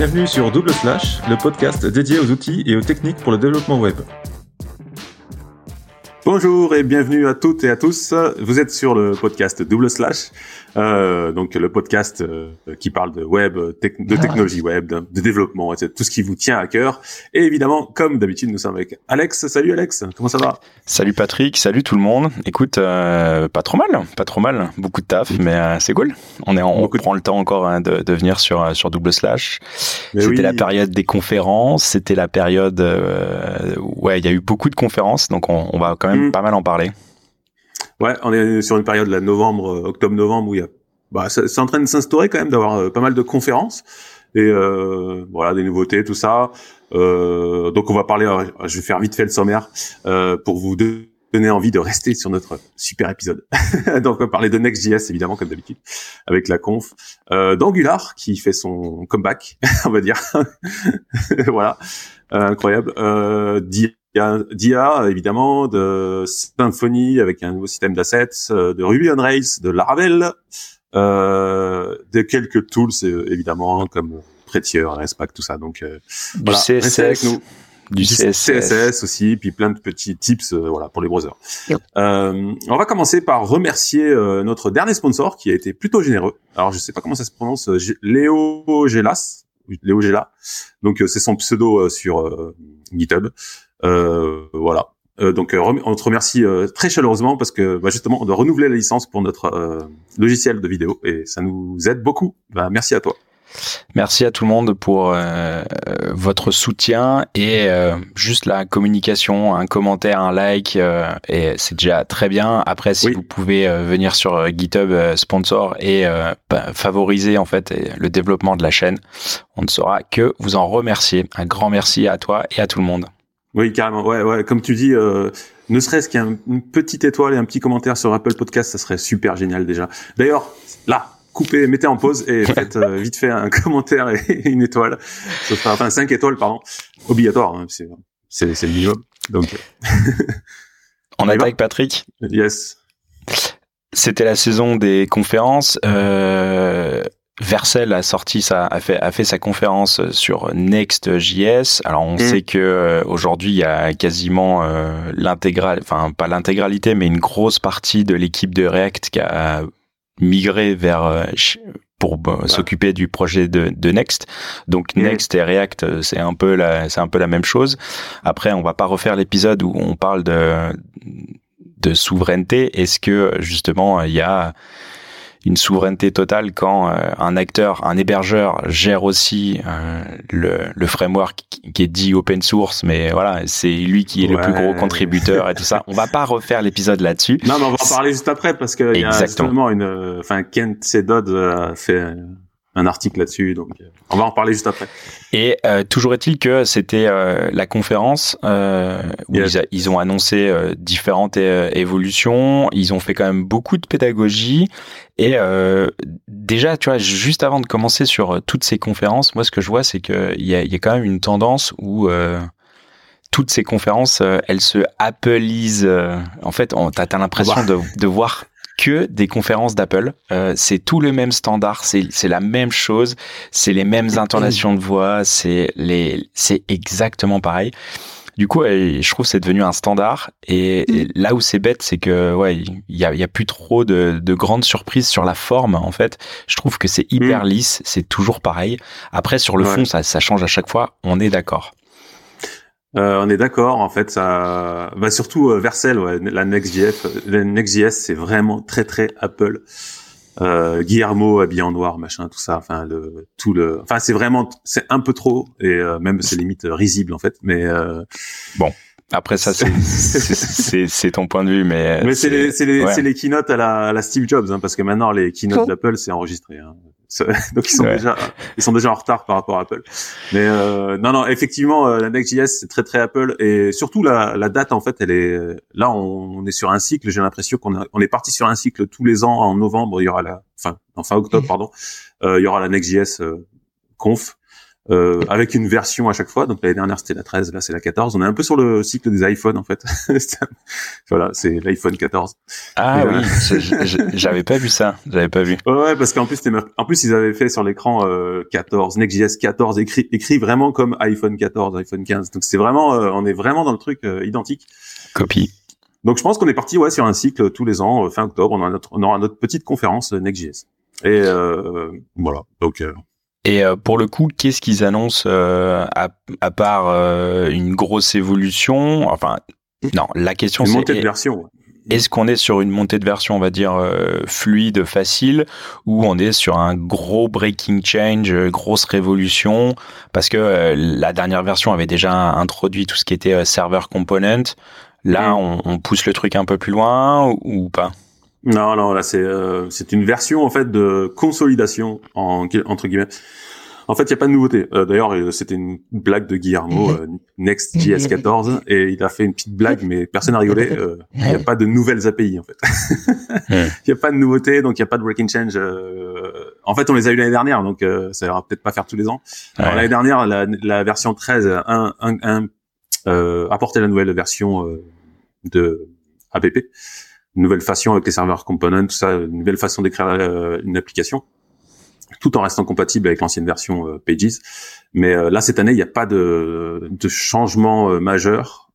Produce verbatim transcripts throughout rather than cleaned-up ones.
Bienvenue sur Double Slash, le podcast dédié aux outils et aux techniques pour le développement web. Bonjour et bienvenue à toutes et à tous. Vous êtes sur le podcast Double Slash, euh, donc le podcast euh, qui parle de web, tec- de technologie web, de, de développement, et cetera. Tout ce qui vous tient à cœur. Et évidemment, comme d'habitude, nous sommes avec Alex. Salut Alex, comment ça va ? Salut Patrick, salut tout le monde. Écoute, euh, pas trop mal, pas trop mal. Beaucoup de taf, mais euh, c'est cool. On est, en, on prend le temps encore hein, de, de venir sur sur Double Slash. Mais c'était oui. La période des conférences. C'était la période, euh, ouais, il y a eu beaucoup de conférences, donc on, on va quand même mmh. pas mal en parler. Ouais, on est sur une période là, novembre, octobre-novembre où il y a, bah, c'est, c'est en train de s'instaurer quand même d'avoir euh, pas mal de conférences et euh, voilà des nouveautés, tout ça. Euh, donc on va parler, euh, je vais faire vite fait le sommaire euh, pour vous donner envie de rester sur notre super épisode. Donc on va parler de Next.js évidemment comme d'habitude avec la conf, euh, d'Angular qui fait son comeback, on va dire. Voilà, euh, incroyable. Euh, d'I A, d'I A évidemment, de Symfony avec un nouveau système d'assets, de Ruby on Rails, de Laravel, euh, de quelques tools évidemment comme Prettier, Respack, tout ça. Donc euh, du voilà, C S S, restez avec nous. Du, du C S S. C S S aussi, puis plein de petits tips euh, voilà pour les browsers. Yep. Euh, on va commencer par remercier euh, notre dernier sponsor qui a été plutôt généreux. Alors je sais pas comment ça se prononce, euh, Léo Gélas, Léo Géla. Donc euh, c'est son pseudo euh, sur euh, GitHub. Euh, voilà. Euh, donc euh, on te remercie euh, très chaleureusement parce que bah, justement on doit renouveler la licence pour notre euh, logiciel de vidéo et ça nous aide beaucoup. Bah, merci à toi. Merci à tout le monde pour euh, votre soutien et euh, juste la communication, un commentaire, un like, euh, et c'est déjà très bien. Après, si oui. vous pouvez euh, venir sur euh, GitHub euh, sponsor et euh, bah, favoriser en fait le développement de la chaîne, on ne saura que vous en remercier. Un grand merci à toi et à tout le monde. Oui, carrément. Ouais, ouais. Comme tu dis, euh, ne serait-ce qu'une petite étoile et un petit commentaire sur Apple Podcast, ça serait super génial déjà. D'ailleurs, là. Coupez, mettez en pause et faites euh, vite fait un commentaire et une étoile. Ça sera, enfin, cinq étoiles, pardon. Obligatoire, hein, c'est, c'est, c'est le minimum. Donc. On attaque, Patrick? Yes. C'était la saison des conférences. Euh, Vercel a sorti sa, a fait, a fait sa conférence sur Next.js. Alors, on mmh. sait que euh, aujourd'hui, il y a quasiment euh, l'intégrale, enfin, pas l'intégralité, mais une grosse partie de l'équipe de React qui a migrer vers pour bah, s'occuper du projet de, de Next. Donc mmh. Next et React, c'est un peu la c'est un peu la même chose. Après, on va pas refaire l'épisode où on parle de de souveraineté. Est-ce que justement il y a une souveraineté totale quand euh, un acteur, un hébergeur gère aussi euh, le, le framework qui est dit open source, mais voilà, c'est lui qui est ouais. le plus gros contributeur et tout ça. On va pas refaire l'épisode là-dessus. Non, mais on va en parler juste après parce que il y a justement une, enfin Kent Sedod a fait un article là-dessus, donc on va en parler juste après. Et euh, toujours est-il que c'était euh, la conférence euh, où yes. ils, a, ils ont annoncé euh, différentes euh, évolutions, ils ont fait quand même beaucoup de pédagogie et euh, déjà, tu vois, juste avant de commencer sur euh, toutes ces conférences, moi ce que je vois c'est que il y a, y a quand même une tendance où euh, toutes ces conférences, euh, elles se appleisent. Euh, en fait, on, t'as, t'as l'impression bah. de, de voir que des conférences d'Apple. Euh, c'est tout le même standard, c'est, c'est la même chose, c'est les mêmes intonations de voix, c'est les, c'est exactement pareil. Du coup, je trouve que c'est devenu un standard. Et, et là où c'est bête, c'est que ouais, il y a, il y a plus trop de, de grandes surprises sur la forme. En fait, je trouve que c'est hyper lisse, c'est toujours pareil. Après, sur le ouais. fond, ça, ça change à chaque fois. On est d'accord. Euh, on est d'accord, en fait, ça, bah surtout euh, Vercel, ouais, la Next.js, la Next.js, c'est vraiment très très Apple. Euh, Guillermo habillé en noir, machin, tout ça, enfin le, tout le, enfin c'est vraiment, c'est un peu trop et euh, même c'est limite risible en fait, mais euh, bon. Après ça, c'est, c'est, c'est, c'est ton point de vue, mais mais c'est, c'est les, c'est les, ouais. c'est les keynotes à la, à la Steve Jobs, hein, parce que maintenant les keynotes oh. d'Apple c'est enregistré, hein. Donc ils sont ouais. déjà, ils sont déjà en retard par rapport à Apple. Mais euh, non, non, effectivement, euh, la Next.js c'est très très Apple et surtout la, la date en fait, elle est là, on, on est sur un cycle. J'ai l'impression qu'on a, on est parti sur un cycle tous les ans en novembre. Il y aura la, enfin, en fin octobre, pardon, euh, il y aura la Next.js euh, conf. euh, avec une version à chaque fois. Donc l'année dernière c'était la treize, là c'est la quatorze. On est un peu sur le cycle des iPhones en fait. Voilà, c'est l'iPhone quatorze. Ah Et, oui, euh... j'avais pas vu ça, j'avais pas vu. Ouais, parce qu'en plus c'était en plus ils avaient fait sur l'écran euh, quatorze, Next.js quatorze écrit écrit vraiment comme iPhone quatorze, iPhone quinze. Donc c'est vraiment euh, on est vraiment dans le truc euh, identique. Copie. Donc je pense qu'on est parti ouais sur un cycle tous les ans, fin octobre, on aura notre, on aura notre petite conférence Next.js. Et euh, voilà. Donc euh... et euh, pour le coup, qu'est-ce qu'ils annoncent euh, à, à part euh, une grosse évolution? Enfin, non, la question une c'est montée de version. Est-ce qu'on est sur une montée de version, on va dire euh, fluide, facile, ou on est sur un gros breaking change, euh, grosse révolution? Parce que euh, la dernière version avait déjà introduit tout ce qui était euh, server component. Là, mmh. on, on pousse le truc un peu plus loin ou, ou pas? Non, non, là c'est euh, c'est une version en fait de consolidation en, entre guillemets. En fait, il y a pas de nouveauté. Euh, d'ailleurs, c'était une blague de Guillermo, euh, Next.js quatorze, et il a fait une petite blague, mais personne n'a rigolé. Euh, il n'y a pas de nouvelles A P I en fait. Il n'y a pas de nouveauté, donc il n'y a pas de breaking change. Euh... En fait, on les a eu l'année dernière, donc euh, ça ira peut-être pas faire tous les ans. Alors ouais. L'année dernière, la, la version treize un, un, un, euh, apportait la nouvelle version euh, de A P P, une nouvelle façon avec les serveurs components, tout ça, une nouvelle façon d'écrire euh, une application, tout en restant compatible avec l'ancienne version euh, Pages. Mais euh, là, cette année, il n'y a pas de, de changement euh, majeur,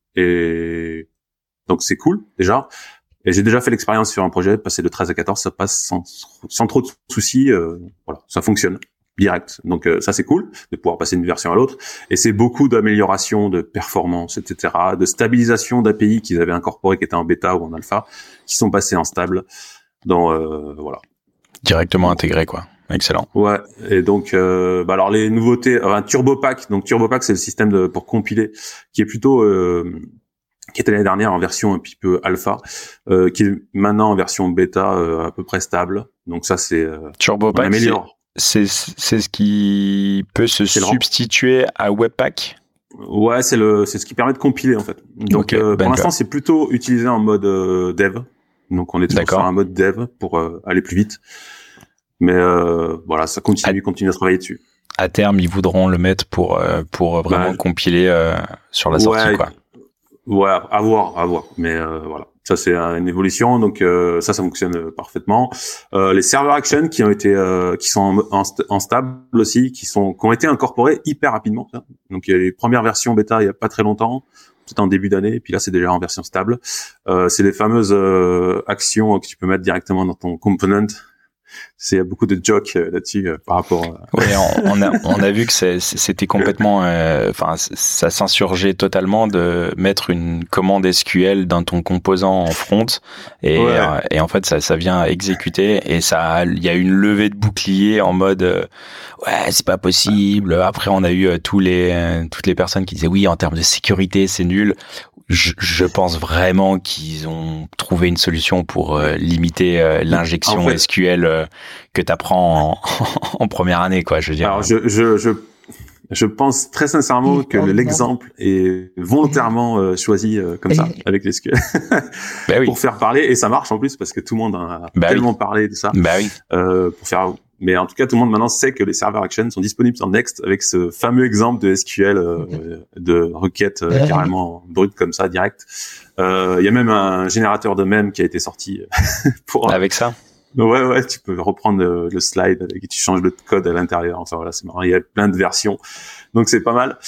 et donc c'est cool déjà. Et j'ai déjà fait l'expérience sur un projet, passer de treize à quatorze, ça passe sans, sans trop de soucis. Euh, voilà, ça fonctionne direct. Donc euh, ça c'est cool de pouvoir passer d'une version à l'autre. Et c'est beaucoup d'améliorations de performance, et cetera, de stabilisation d'A P I qu'ils avaient incorporé, qui étaient en bêta ou en alpha, qui sont passés en stable. Dans euh, voilà. Directement intégré quoi. Excellent. Ouais. Et donc, euh, bah alors les nouveautés, enfin TurboPack. Donc TurboPack c'est le système de, pour compiler, qui est plutôt euh, qui était l'année dernière en version un petit peu alpha, euh, qui est maintenant en version bêta euh, à peu près stable. Donc ça c'est euh, TurboPack. On améliore. C'est c'est ce qui peut se c'est substituer à Webpack. Ouais, c'est le c'est ce qui permet de compiler en fait. Donc okay, euh, pour l'instant, c'est plutôt utilisé en mode euh, dev. Donc on est toujours sur un mode dev pour euh, aller plus vite. Mais euh, voilà, ça continue, à, continue à travailler dessus. À terme, ils voudront le mettre pour euh, pour vraiment bah, compiler euh, sur la sortie ouais, quoi. Ouais, à voir, à voir. Mais euh, voilà. Ça c'est une évolution, donc euh, ça ça fonctionne parfaitement. Euh, les server action qui ont été euh, qui sont en, en, en stable aussi, qui sont qui ont été incorporés hyper rapidement. Ça. Donc il y a les premières versions bêta il y a pas très longtemps, c'était en début d'année, et puis là c'est déjà en version stable. Euh, c'est les fameuses euh, actions que tu peux mettre directement dans ton component. Il y a beaucoup de jokes euh, là-dessus euh, par rapport. À... Oui, on, on a on a vu que c'est, c'était complètement, enfin, euh, ça s'insurgeait totalement de mettre une commande S Q L dans ton composant en front, et ouais. euh, et en fait ça ça vient exécuter, et ça il y a une levée de bouclier en mode euh, ouais c'est pas possible. Après on a eu euh, tous les euh, toutes les personnes qui disaient oui en termes de sécurité c'est nul. Je, je pense vraiment qu'ils ont trouvé une solution pour euh, limiter euh, l'injection en fait, S Q L euh, que tu apprends en, en première année, quoi. Je veux dire. Alors, je, je, je, je pense très sincèrement que l'exemple est volontairement euh, choisi euh, comme ça, avec les S Q L, bah oui. pour faire parler, et ça marche en plus parce que tout le monde a bah tellement oui. parlé de ça. Bah oui. Euh, pour faire. Mais en tout cas, tout le monde maintenant sait que les server action sont disponibles sur Next avec ce fameux exemple de S Q L, euh, de requête euh, carrément brute comme ça, direct. Il euh, y a même un générateur de mèmes qui a été sorti pour. Avec ça. Ouais, ouais, tu peux reprendre le, le slide et tu changes le code à l'intérieur. Enfin voilà, c'est marrant. Il y a plein de versions, donc c'est pas mal.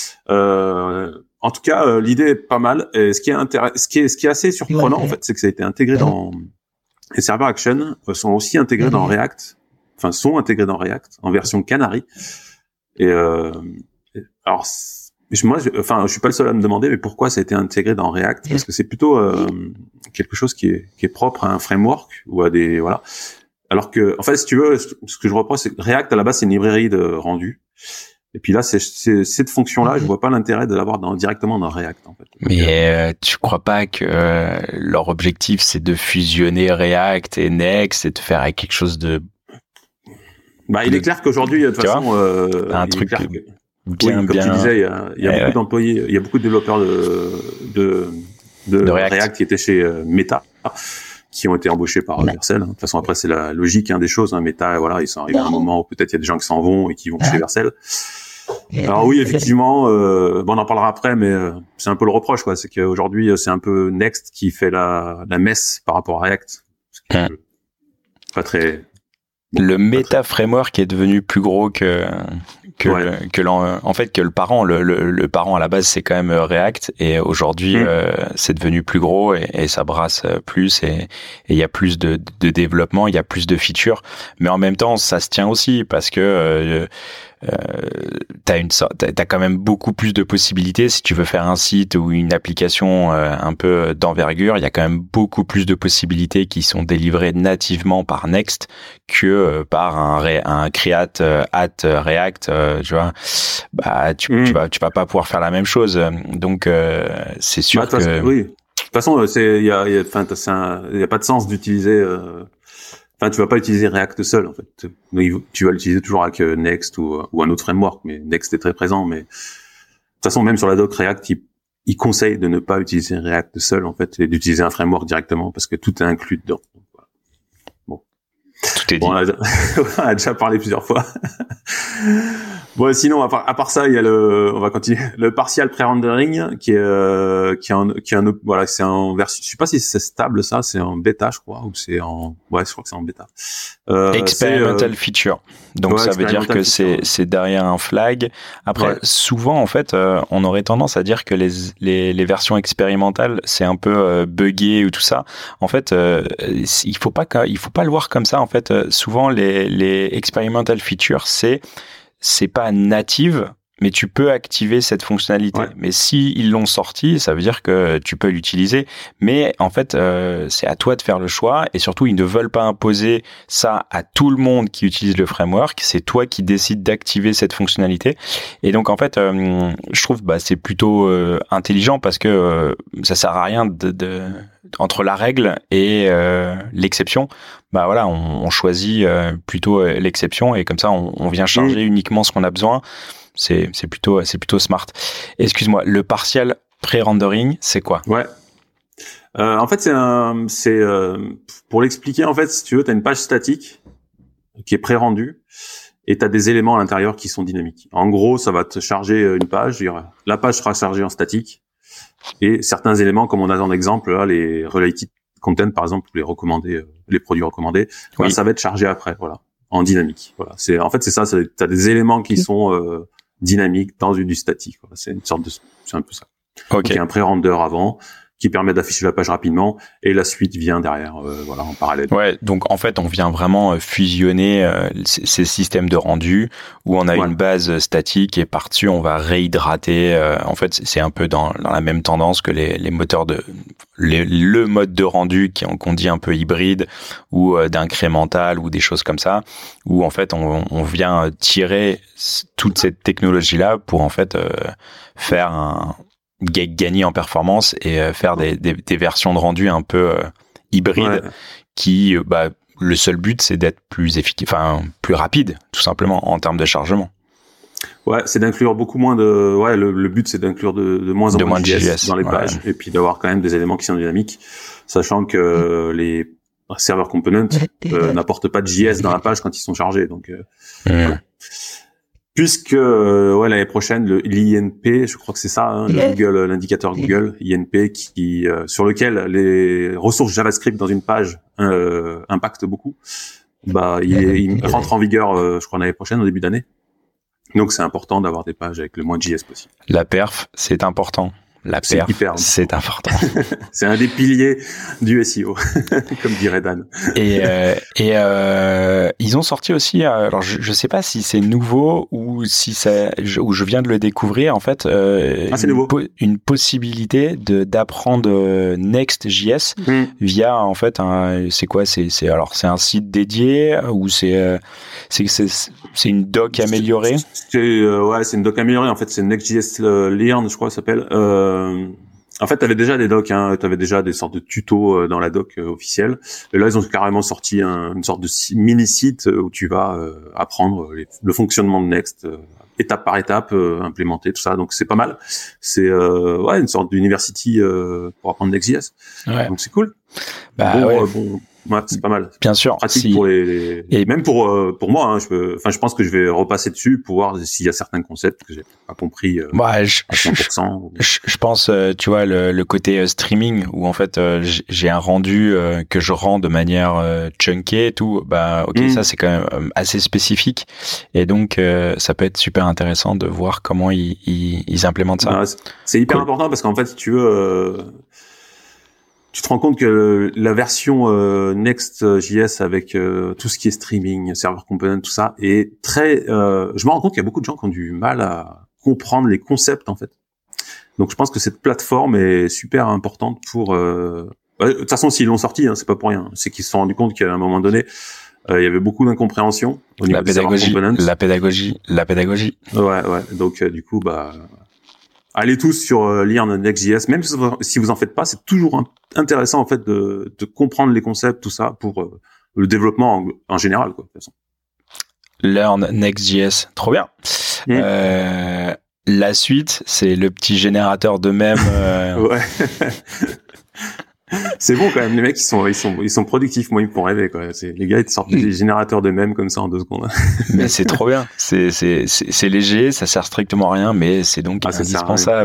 Euh, en tout cas, euh, l'idée est pas mal. Et ce qui est intéressant, ce qui est, ce qui est assez surprenant en fait, c'est que ça a été intégré dans les server action sont aussi intégrés dans React. Enfin, sont intégrés dans React en version Canary. Et euh, alors, moi, je, enfin, je suis pas le seul à me demander, mais pourquoi ça a été intégré dans React ? Parce que c'est plutôt euh, quelque chose qui est, qui est propre à un framework ou à des voilà. Alors que, en fait, si tu veux, ce que je reproche, c'est que React à la base c'est une librairie de rendu. Et puis là, c'est, c'est cette fonction-là, je vois pas l'intérêt de l'avoir dans, directement dans React, en fait. Mais euh, tu crois pas que euh, leur objectif c'est de fusionner React et Next et de faire avec quelque chose de Bah, il est clair qu'aujourd'hui, de toute façon, euh, un truc que, bien, oui, comme bien. tu disais, il y a, il y a beaucoup ouais. d'employés, il y a beaucoup de développeurs de de, de, de React. React qui étaient chez euh, Meta, qui ont été embauchés par ouais. Vercel. De toute façon, après, c'est la logique hein, des choses. Hein. Meta, voilà, ils sont arrivés à un moment où peut-être il y a des gens qui s'en vont et qui vont chez Vercel. Alors oui, effectivement, euh, bon, on en parlera après, mais euh, c'est un peu le reproche, quoi. C'est qu'aujourd'hui, c'est un peu Next qui fait la, la messe par rapport à React. Hum. Pas très... Bon, le Meta Framework est devenu plus gros que que ouais. le, que l'en, en fait que le parent. Le, le, le parent à la base c'est quand même React et aujourd'hui mmh. euh, c'est devenu plus gros et, et ça brasse plus et il y a plus de, de développement, il y a plus de features. Mais en même temps ça se tient aussi parce que euh, Euh, t'as une sorte, t'as, t'as quand même beaucoup plus de possibilités si tu veux faire un site ou une application euh, un peu d'envergure. Il y a quand même beaucoup plus de possibilités qui sont délivrées nativement par Next que euh, par un, un create euh, at React. Euh, tu vois, bah tu, mmh. tu vas tu vas pas pouvoir faire la même chose. Donc euh, c'est sûr bah, que oui. De toute façon, c'est il y a il y a enfin il y a pas de sens d'utiliser. Euh... Enfin, tu vas pas utiliser React seul, en fait. Tu vas l'utiliser toujours avec Next ou, ou un autre framework, mais Next est très présent. Mais de toute façon, même sur la doc React, il, il conseille de ne pas utiliser React seul, en fait, et d'utiliser un framework directement parce que tout est inclus dedans. Donc, voilà. Bon, tout est bon, dit. On a, on a déjà parlé plusieurs fois. Bon, sinon, à part, à part ça, il y a le, on va continuer, le partial pre-rendering qui est, euh, qui est un, qui est un, voilà, c'est en version, je sais pas si c'est stable ça, c'est en bêta, je crois, ou c'est en, ouais, je crois que c'est en bêta. Euh, experimental euh, feature. Donc ouais, ça veut dire que c'est, c'est derrière un flag. Après, ouais. souvent, en fait, euh, on aurait tendance à dire que les, les, les versions expérimentales, c'est un peu euh, buggé ou tout ça. En fait, euh, il faut pas, il faut pas le voir comme ça. En fait, euh, souvent, les, les experimental features, c'est c'est pas native, mais tu peux activer cette fonctionnalité. Ouais. Mais si ils l'ont sorti, ça veut dire que tu peux l'utiliser. Mais en fait, euh, c'est à toi de faire le choix. Et surtout, ils ne veulent pas imposer ça à tout le monde qui utilise le framework. C'est toi qui décides d'activer cette fonctionnalité. Et donc, en fait, euh, je trouve bah c'est plutôt euh, intelligent parce que euh, ça sert à rien de, de entre la règle et euh, l'exception. Bah voilà, on, on choisit euh, plutôt euh, l'exception et comme ça, on, on vient charger mmh. uniquement ce qu'on a besoin. C'est, c'est plutôt, c'est plutôt smart. Excuse-moi, le partial pré-rendering, c'est quoi? Ouais. Euh, en fait, c'est un, c'est euh, pour l'expliquer. En fait, si tu veux, t'as une page statique qui est pré-rendue et t'as des éléments à l'intérieur qui sont dynamiques. En gros, ça va te charger une page. La page sera chargée en statique et certains éléments, comme on a dans l'exemple là, les related content, par exemple, les recommandés, les produits recommandés, oui. bah, ça va être chargé après, voilà, en dynamique. Voilà. C'est, en fait, c'est ça. C'est, t'as des éléments qui sont euh, dynamique dans du statique. Voilà, c'est une sorte de, c'est un peu ça. Okay. Donc, il y a un pré-render avant qui permet d'afficher la page rapidement et la suite vient derrière, euh, voilà, en parallèle. Ouais, donc en fait, on vient vraiment fusionner euh, c- ces systèmes de rendu où on a ouais. une base statique et par-dessus on va réhydrater. Euh, en fait, c'est un peu dans, dans la même tendance que les, les moteurs de les, le mode de rendu qui, qu'on dit un peu hybride ou euh, d'incrémental ou des choses comme ça, où en fait on, on vient tirer toute cette technologie-là pour en fait euh, faire un gagner en performance et euh, faire des, des, des versions de rendu un peu euh, hybrides ouais. qui, euh, bah, le seul but c'est d'être plus efficace, enfin plus rapide, tout simplement en termes de chargement. Ouais, c'est d'inclure beaucoup moins de, ouais, le, le but c'est d'inclure de, de moins en de moins de J S, J S dans les pages ouais. et puis d'avoir quand même des éléments qui sont dynamiques, sachant que euh, les serveurs components euh, n'apportent pas de J S dans la page quand ils sont chargés, donc. Euh, mmh. voilà. Puisque euh, ouais l'année prochaine le l'I N P, je crois que c'est ça, hein, le Google, l'indicateur Google I N P qui euh, sur lequel les ressources JavaScript dans une page euh, impactent beaucoup, bah il, est, il rentre en vigueur, euh, je crois l'année prochaine au début d'année. Donc c'est important d'avoir des pages avec le moins de J S possible. La perf, c'est important. La perf, c'est, c'est important. C'est un des piliers du S E O, comme dirait Dan. Et, euh, et euh, ils ont sorti aussi, alors je, je sais pas si c'est nouveau ou si ça, je, ou je viens de le découvrir en fait, euh, ah, c'est une, nouveau. Po, une possibilité de d'apprendre Next.js mm. via en fait un, c'est quoi, c'est c'est alors c'est un site dédié ou c'est euh, c'est c'est c'est une doc améliorée. C'est euh, ouais, c'est une doc améliorée en fait, c'est Next.js Learn, je crois que ça s'appelle. Euh, En fait, t'avais déjà des docs, hein, t'avais déjà des sortes de tutos euh, dans la doc euh, officielle. Et là, ils ont carrément sorti un, une sorte de mini site où tu vas euh, apprendre les, le fonctionnement de Next, euh, étape par étape, euh, implémenter tout ça. Donc c'est pas mal. C'est euh, ouais une sorte d'university euh, pour apprendre Next.js. Ouais. Donc c'est cool. Bah bon, ouais. euh, bon, Ouais, c'est pas mal. Bien sûr. Pratique si... pour les, les... et même pour euh, pour moi. Hein, je peux, enfin, je pense que je vais repasser dessus pour voir s'il y a certains concepts que j'ai pas compris. Euh, ouais, je, à cent pour cent. Je, je pense, euh, tu vois, le, le côté euh, streaming où en fait euh, j'ai un rendu euh, que je rends de manière euh, chunkée et tout. Bah, ok, mm. ça c'est quand même euh, assez spécifique et donc euh, ça peut être super intéressant de voir comment ils ils, ils implémentent ça. Ouais, c'est hyper cool. Important parce qu'en fait, si tu veux. Euh... Tu te rends compte que la version euh, Next.js avec euh, tout ce qui est streaming, server component, tout ça, est très... Euh, je me rends compte qu'il y a beaucoup de gens qui ont du mal à comprendre les concepts, en fait. Donc, je pense que cette plateforme est super importante pour... Euh... Bah, de toute façon, s'ils l'ont sorti, hein, c'est pas pour rien. C'est qu'ils se sont rendus compte qu'à un moment donné, euh, il y avait beaucoup d'incompréhension au niveau la des server components. La pédagogie, la pédagogie. Ouais, ouais. Donc, euh, du coup, bah... Allez tous sur euh, lire Next.js, même si vous en faites pas, c'est toujours un, intéressant en fait de, de comprendre les concepts, tout ça, pour euh, le développement en, en général, quoi. De toute façon. Learn Next.js, trop bien. Mmh. Euh, la suite, c'est le petit générateur de mèmes. Euh... ouais. C'est bon quand même, les mecs ils sont ils sont ils sont productifs, moi ils me font rêver quoi. C'est les gars ils te sortent des générateurs de mèmes comme ça en deux secondes. Mais c'est trop bien, c'est c'est c'est, c'est léger, ça sert strictement à rien, mais c'est donc ah, indispensable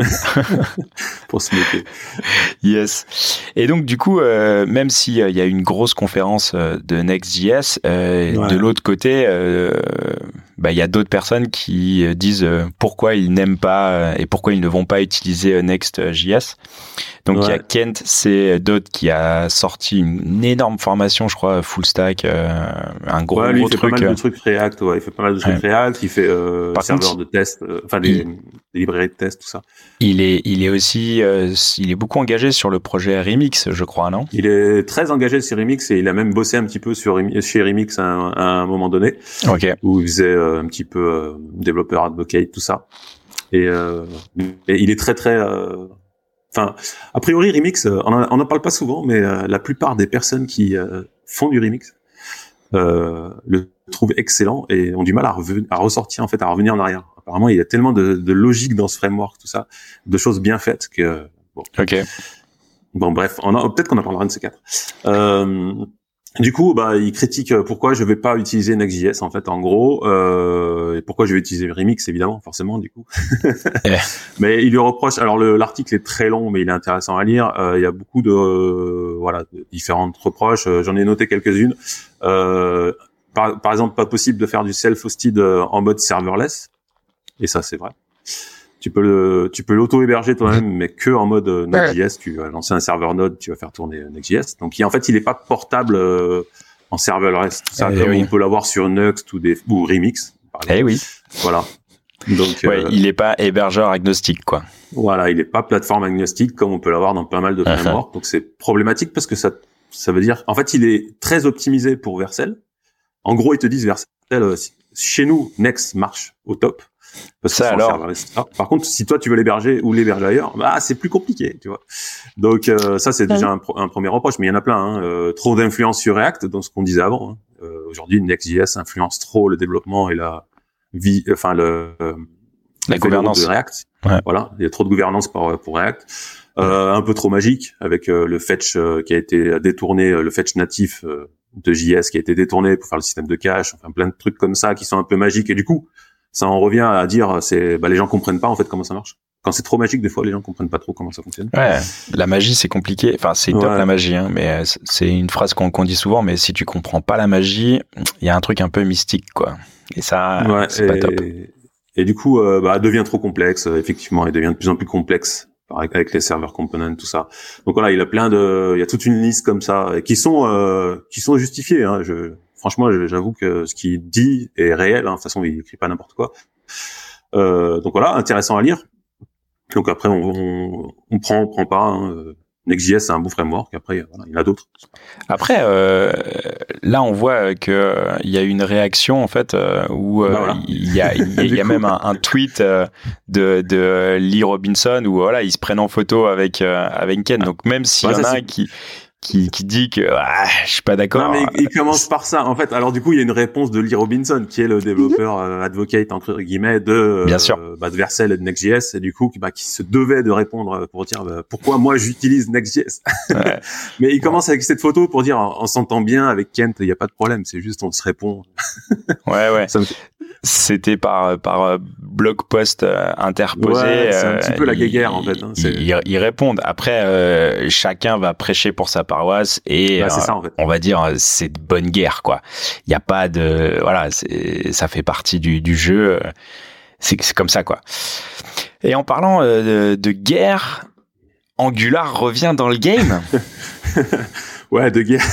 pour se moquer. Yes. Et donc du coup, euh, même s'il euh, y a une grosse conférence euh, de Next.js, euh, ouais. de l'autre côté, euh, bah il y a d'autres personnes qui euh, disent euh, pourquoi ils n'aiment pas euh, et pourquoi ils ne vont pas utiliser euh, Next.js. Donc il ouais. y a Kent, c'est d'autres qui a sorti une énorme formation, je crois, full stack, euh, un gros, ouais, lui, gros il fait truc. pas mal de trucs React, ouais, il fait pas mal de trucs ouais. React, il fait euh, serveur de test, euh, enfin des, il, des librairies de test, tout ça. Il est, il est aussi, euh, il est beaucoup engagé sur le projet Remix, je crois, non? Il est très engagé sur Remix et il a même bossé un petit peu sur chez Remix à un, à un moment donné, okay. où il faisait euh, un petit peu euh, développeur advocate, tout ça. Et, euh, et il est très très euh, Enfin, a priori, remix, euh, on n'en parle pas souvent, mais euh, la plupart des personnes qui euh, font du remix euh, le trouvent excellent et ont du mal à, reven- à ressortir, en fait, à revenir en arrière. Apparemment, il y a tellement de, de logique dans ce framework, tout ça, de choses bien faites que... Bon, okay. bon bref, on a, peut-être qu'on en parlera de ces quatre. Euh, du coup, bah, il critique pourquoi je vais pas utiliser Next.js, en fait, en gros, euh, et pourquoi je vais utiliser Remix, évidemment, forcément, du coup. yeah. Mais il lui reproche, alors le, l'article est très long, mais il est intéressant à lire, euh, il y a beaucoup de, euh, voilà, de différentes reproches, j'en ai noté quelques-unes. Euh, par, par exemple, pas possible de faire du self-hosted en mode serverless, et ça, c'est vrai. Tu peux le, tu peux l'auto-héberger toi-même, mais que en mode Node.js. Tu vas lancer un serveur Node, tu vas faire tourner Next.js. Donc, il, en fait, il est pas portable euh, en serverless. Tout ça, eh comme oui. on peut l'avoir sur Nuxt ou des ou Remix. Eh oui. Voilà. Donc, ouais, euh, il est pas hébergeur agnostique, quoi. Voilà, il est pas plateforme agnostique comme on peut l'avoir dans pas mal de frameworks. Uh-huh. Donc, c'est problématique parce que ça, ça veut dire, en fait, il est très optimisé pour Vercel. En gros, ils te disent Vercel, euh, chez nous, Next marche au top. Parce ça que alors. Ah, par contre, si toi tu veux l'héberger ou l'héberger ailleurs, bah c'est plus compliqué, tu vois. Donc euh, ça c'est ouais. déjà un, pro- un premier reproche, mais il y en a plein. Hein. Euh, trop d'influence sur React, dans ce qu'on disait avant. Hein. Euh, aujourd'hui, Next.js influence trop le développement et la vie, enfin le euh, la gouvernance de React. Ouais. Voilà, il y a trop de gouvernance pour pour React. Euh, un peu trop magique avec euh, le fetch euh, qui a été détourné, euh, le fetch natif euh, de J S qui a été détourné pour faire le système de cache, enfin plein de trucs comme ça qui sont un peu magiques et du coup ça en revient à dire, c'est, bah, les gens comprennent pas, en fait, comment ça marche. Quand c'est trop magique, des fois, les gens comprennent pas trop comment ça fonctionne. Ouais. La magie, c'est compliqué. Enfin, c'est top, ouais. la magie, hein, mais c'est une phrase qu'on, qu'on dit souvent, mais si tu comprends pas la magie, il y a un truc un peu mystique, quoi. Et ça, ouais, c'est et, pas top. Et du coup, euh, bah, elle devient trop complexe. Effectivement, elle devient de plus en plus complexe avec les serveurs components, tout ça. Donc voilà, il y a plein de, il y a toute une liste comme ça, qui sont, euh, qui sont justifiées, hein, je, Franchement, j'avoue que ce qu'il dit est réel. Hein. De toute façon, il écrit pas n'importe quoi. Euh, donc voilà, intéressant à lire. Donc après, on, on, on prend, on prend pas. Hein. Next.js, c'est un beau framework. Après, voilà, il y en a d'autres. Après, euh, là, on voit que euh, il y a une réaction en fait euh, où euh, bah voilà. il y a, il y a, il y a même un, un tweet euh, de, de Lee Robinson où voilà, ils se prennent en photo avec euh, avec Ken. Donc même s'il ouais, y en a un qui qui, qui dit que ah, je suis pas d'accord. Non, mais il, il commence par ça. En fait, alors du coup, il y a une réponse de Lee Robinson, qui est le développeur euh, advocate entre guillemets de, euh, Bien sûr. Bah, de Vercel et de Next.js, et du coup, bah, qui se devait de répondre pour dire bah, pourquoi moi j'utilise Next.js. Ouais. Mais il commence avec cette photo pour dire on s'entend bien avec Kent, il y a pas de problème, c'est juste on se répond. Ouais, ouais. Ça me... C'était par par blog post interposé. Ouais, c'est un petit peu euh, la guéguerre en fait. Hein, ils, ils, ils répondent. Après, euh, chacun va prêcher pour sa paroisse et bah, c'est ça, en fait. on va dire c'est de bonne guerre quoi. Il y a pas de voilà, c'est, ça fait partie du, du jeu. C'est, c'est comme ça quoi. Et en parlant de, de guerre, Angular revient dans le game. Ouais, de guerre.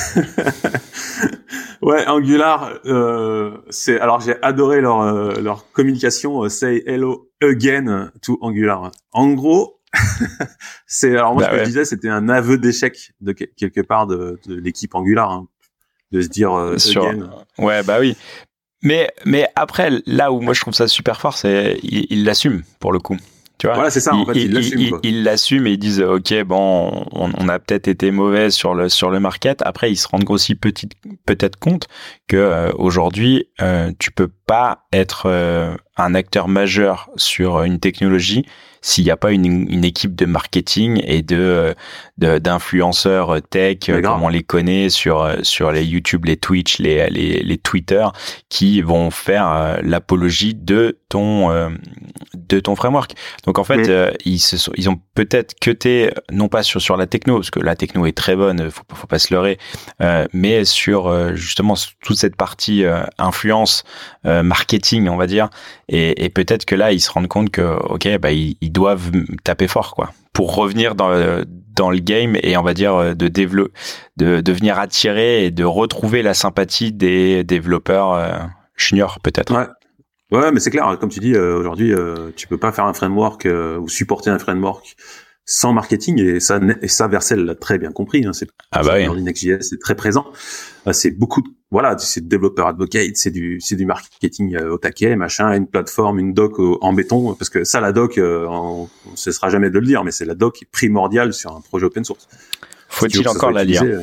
Ouais, Angular, euh, c'est alors j'ai adoré leur euh, leur communication euh, say hello again to Angular. En gros, c'est alors moi bah ce que ouais. je disais, c'était un aveu d'échec de quelque part de, de l'équipe Angular, hein, de se dire euh, Sur... again. Ouais, bah oui. Mais mais après, là où moi je trouve ça super fort, c'est ils il l'assument pour le coup. Tu vois, voilà, c'est ça. En fait, ils l'assument. Ils, ils l'assument et ils disent, ok, bon, on, on a peut-être été mauvais sur le sur le market. Après, ils se rendent aussi petit, peut-être compte que euh, aujourd'hui, euh, tu peux pas être euh, un acteur majeur sur une technologie s'il n'y a pas une, une équipe de marketing et de, de d'influenceurs tech comme on les connaît sur sur les YouTube, les Twitch, les les, les Twitter, qui vont faire euh, l'apologie de ton euh, de ton framework. Donc en fait, oui. euh, ils se sont, ils ont peut-être cuté non pas sur sur la techno parce que la techno est très bonne, faut faut pas se leurrer, euh, mais sur euh, justement toute cette partie euh, influence, euh, marketing, on va dire, et, et peut-être que là ils se rendent compte que ok, bah ils, ils doivent taper fort quoi pour revenir dans dans le game et on va dire de développer, de, de venir attirer et de retrouver la sympathie des développeurs euh, juniors peut-être. Ouais. Ouais, mais c'est clair, comme tu dis, euh, aujourd'hui, euh, tu peux pas faire un framework euh, ou supporter un framework sans marketing, et ça, et ça, Vercel l'a très bien compris. Hein, c'est ah bah oui. Dans Next.js, c'est très présent. Euh, c'est beaucoup, de, voilà, c'est du développeur advocate, c'est du, c'est du marketing euh, au taquet, machin, une plateforme, une doc euh, en béton, parce que ça, la doc, euh, on, on cessera jamais de le dire, mais c'est la doc primordiale sur un projet open source. Faut-il si encore la lire? Euh,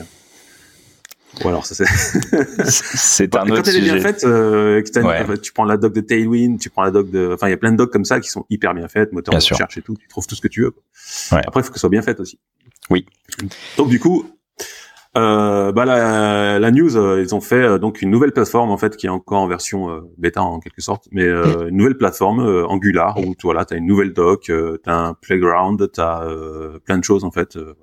Ou alors ça c'est c'est un quand autre elle est bien sujet. faite, euh, ouais. tu prends la doc de Tailwind, tu prends la doc de, enfin il y a plein de docs comme ça qui sont hyper bien faites, moteur bien de sûr. recherche et tout, tu trouves tout ce que tu veux. Ouais. Après il faut que ce soit bien fait aussi. Oui. Donc du coup, euh, bah la, la news, euh, ils ont fait euh, donc une nouvelle plateforme en fait qui est encore en version euh, bêta en quelque sorte, mais euh, une nouvelle plateforme euh, Angular où tu voilà, t'as une nouvelle doc, euh, t'as un playground, t'as euh, plein de choses en fait, euh,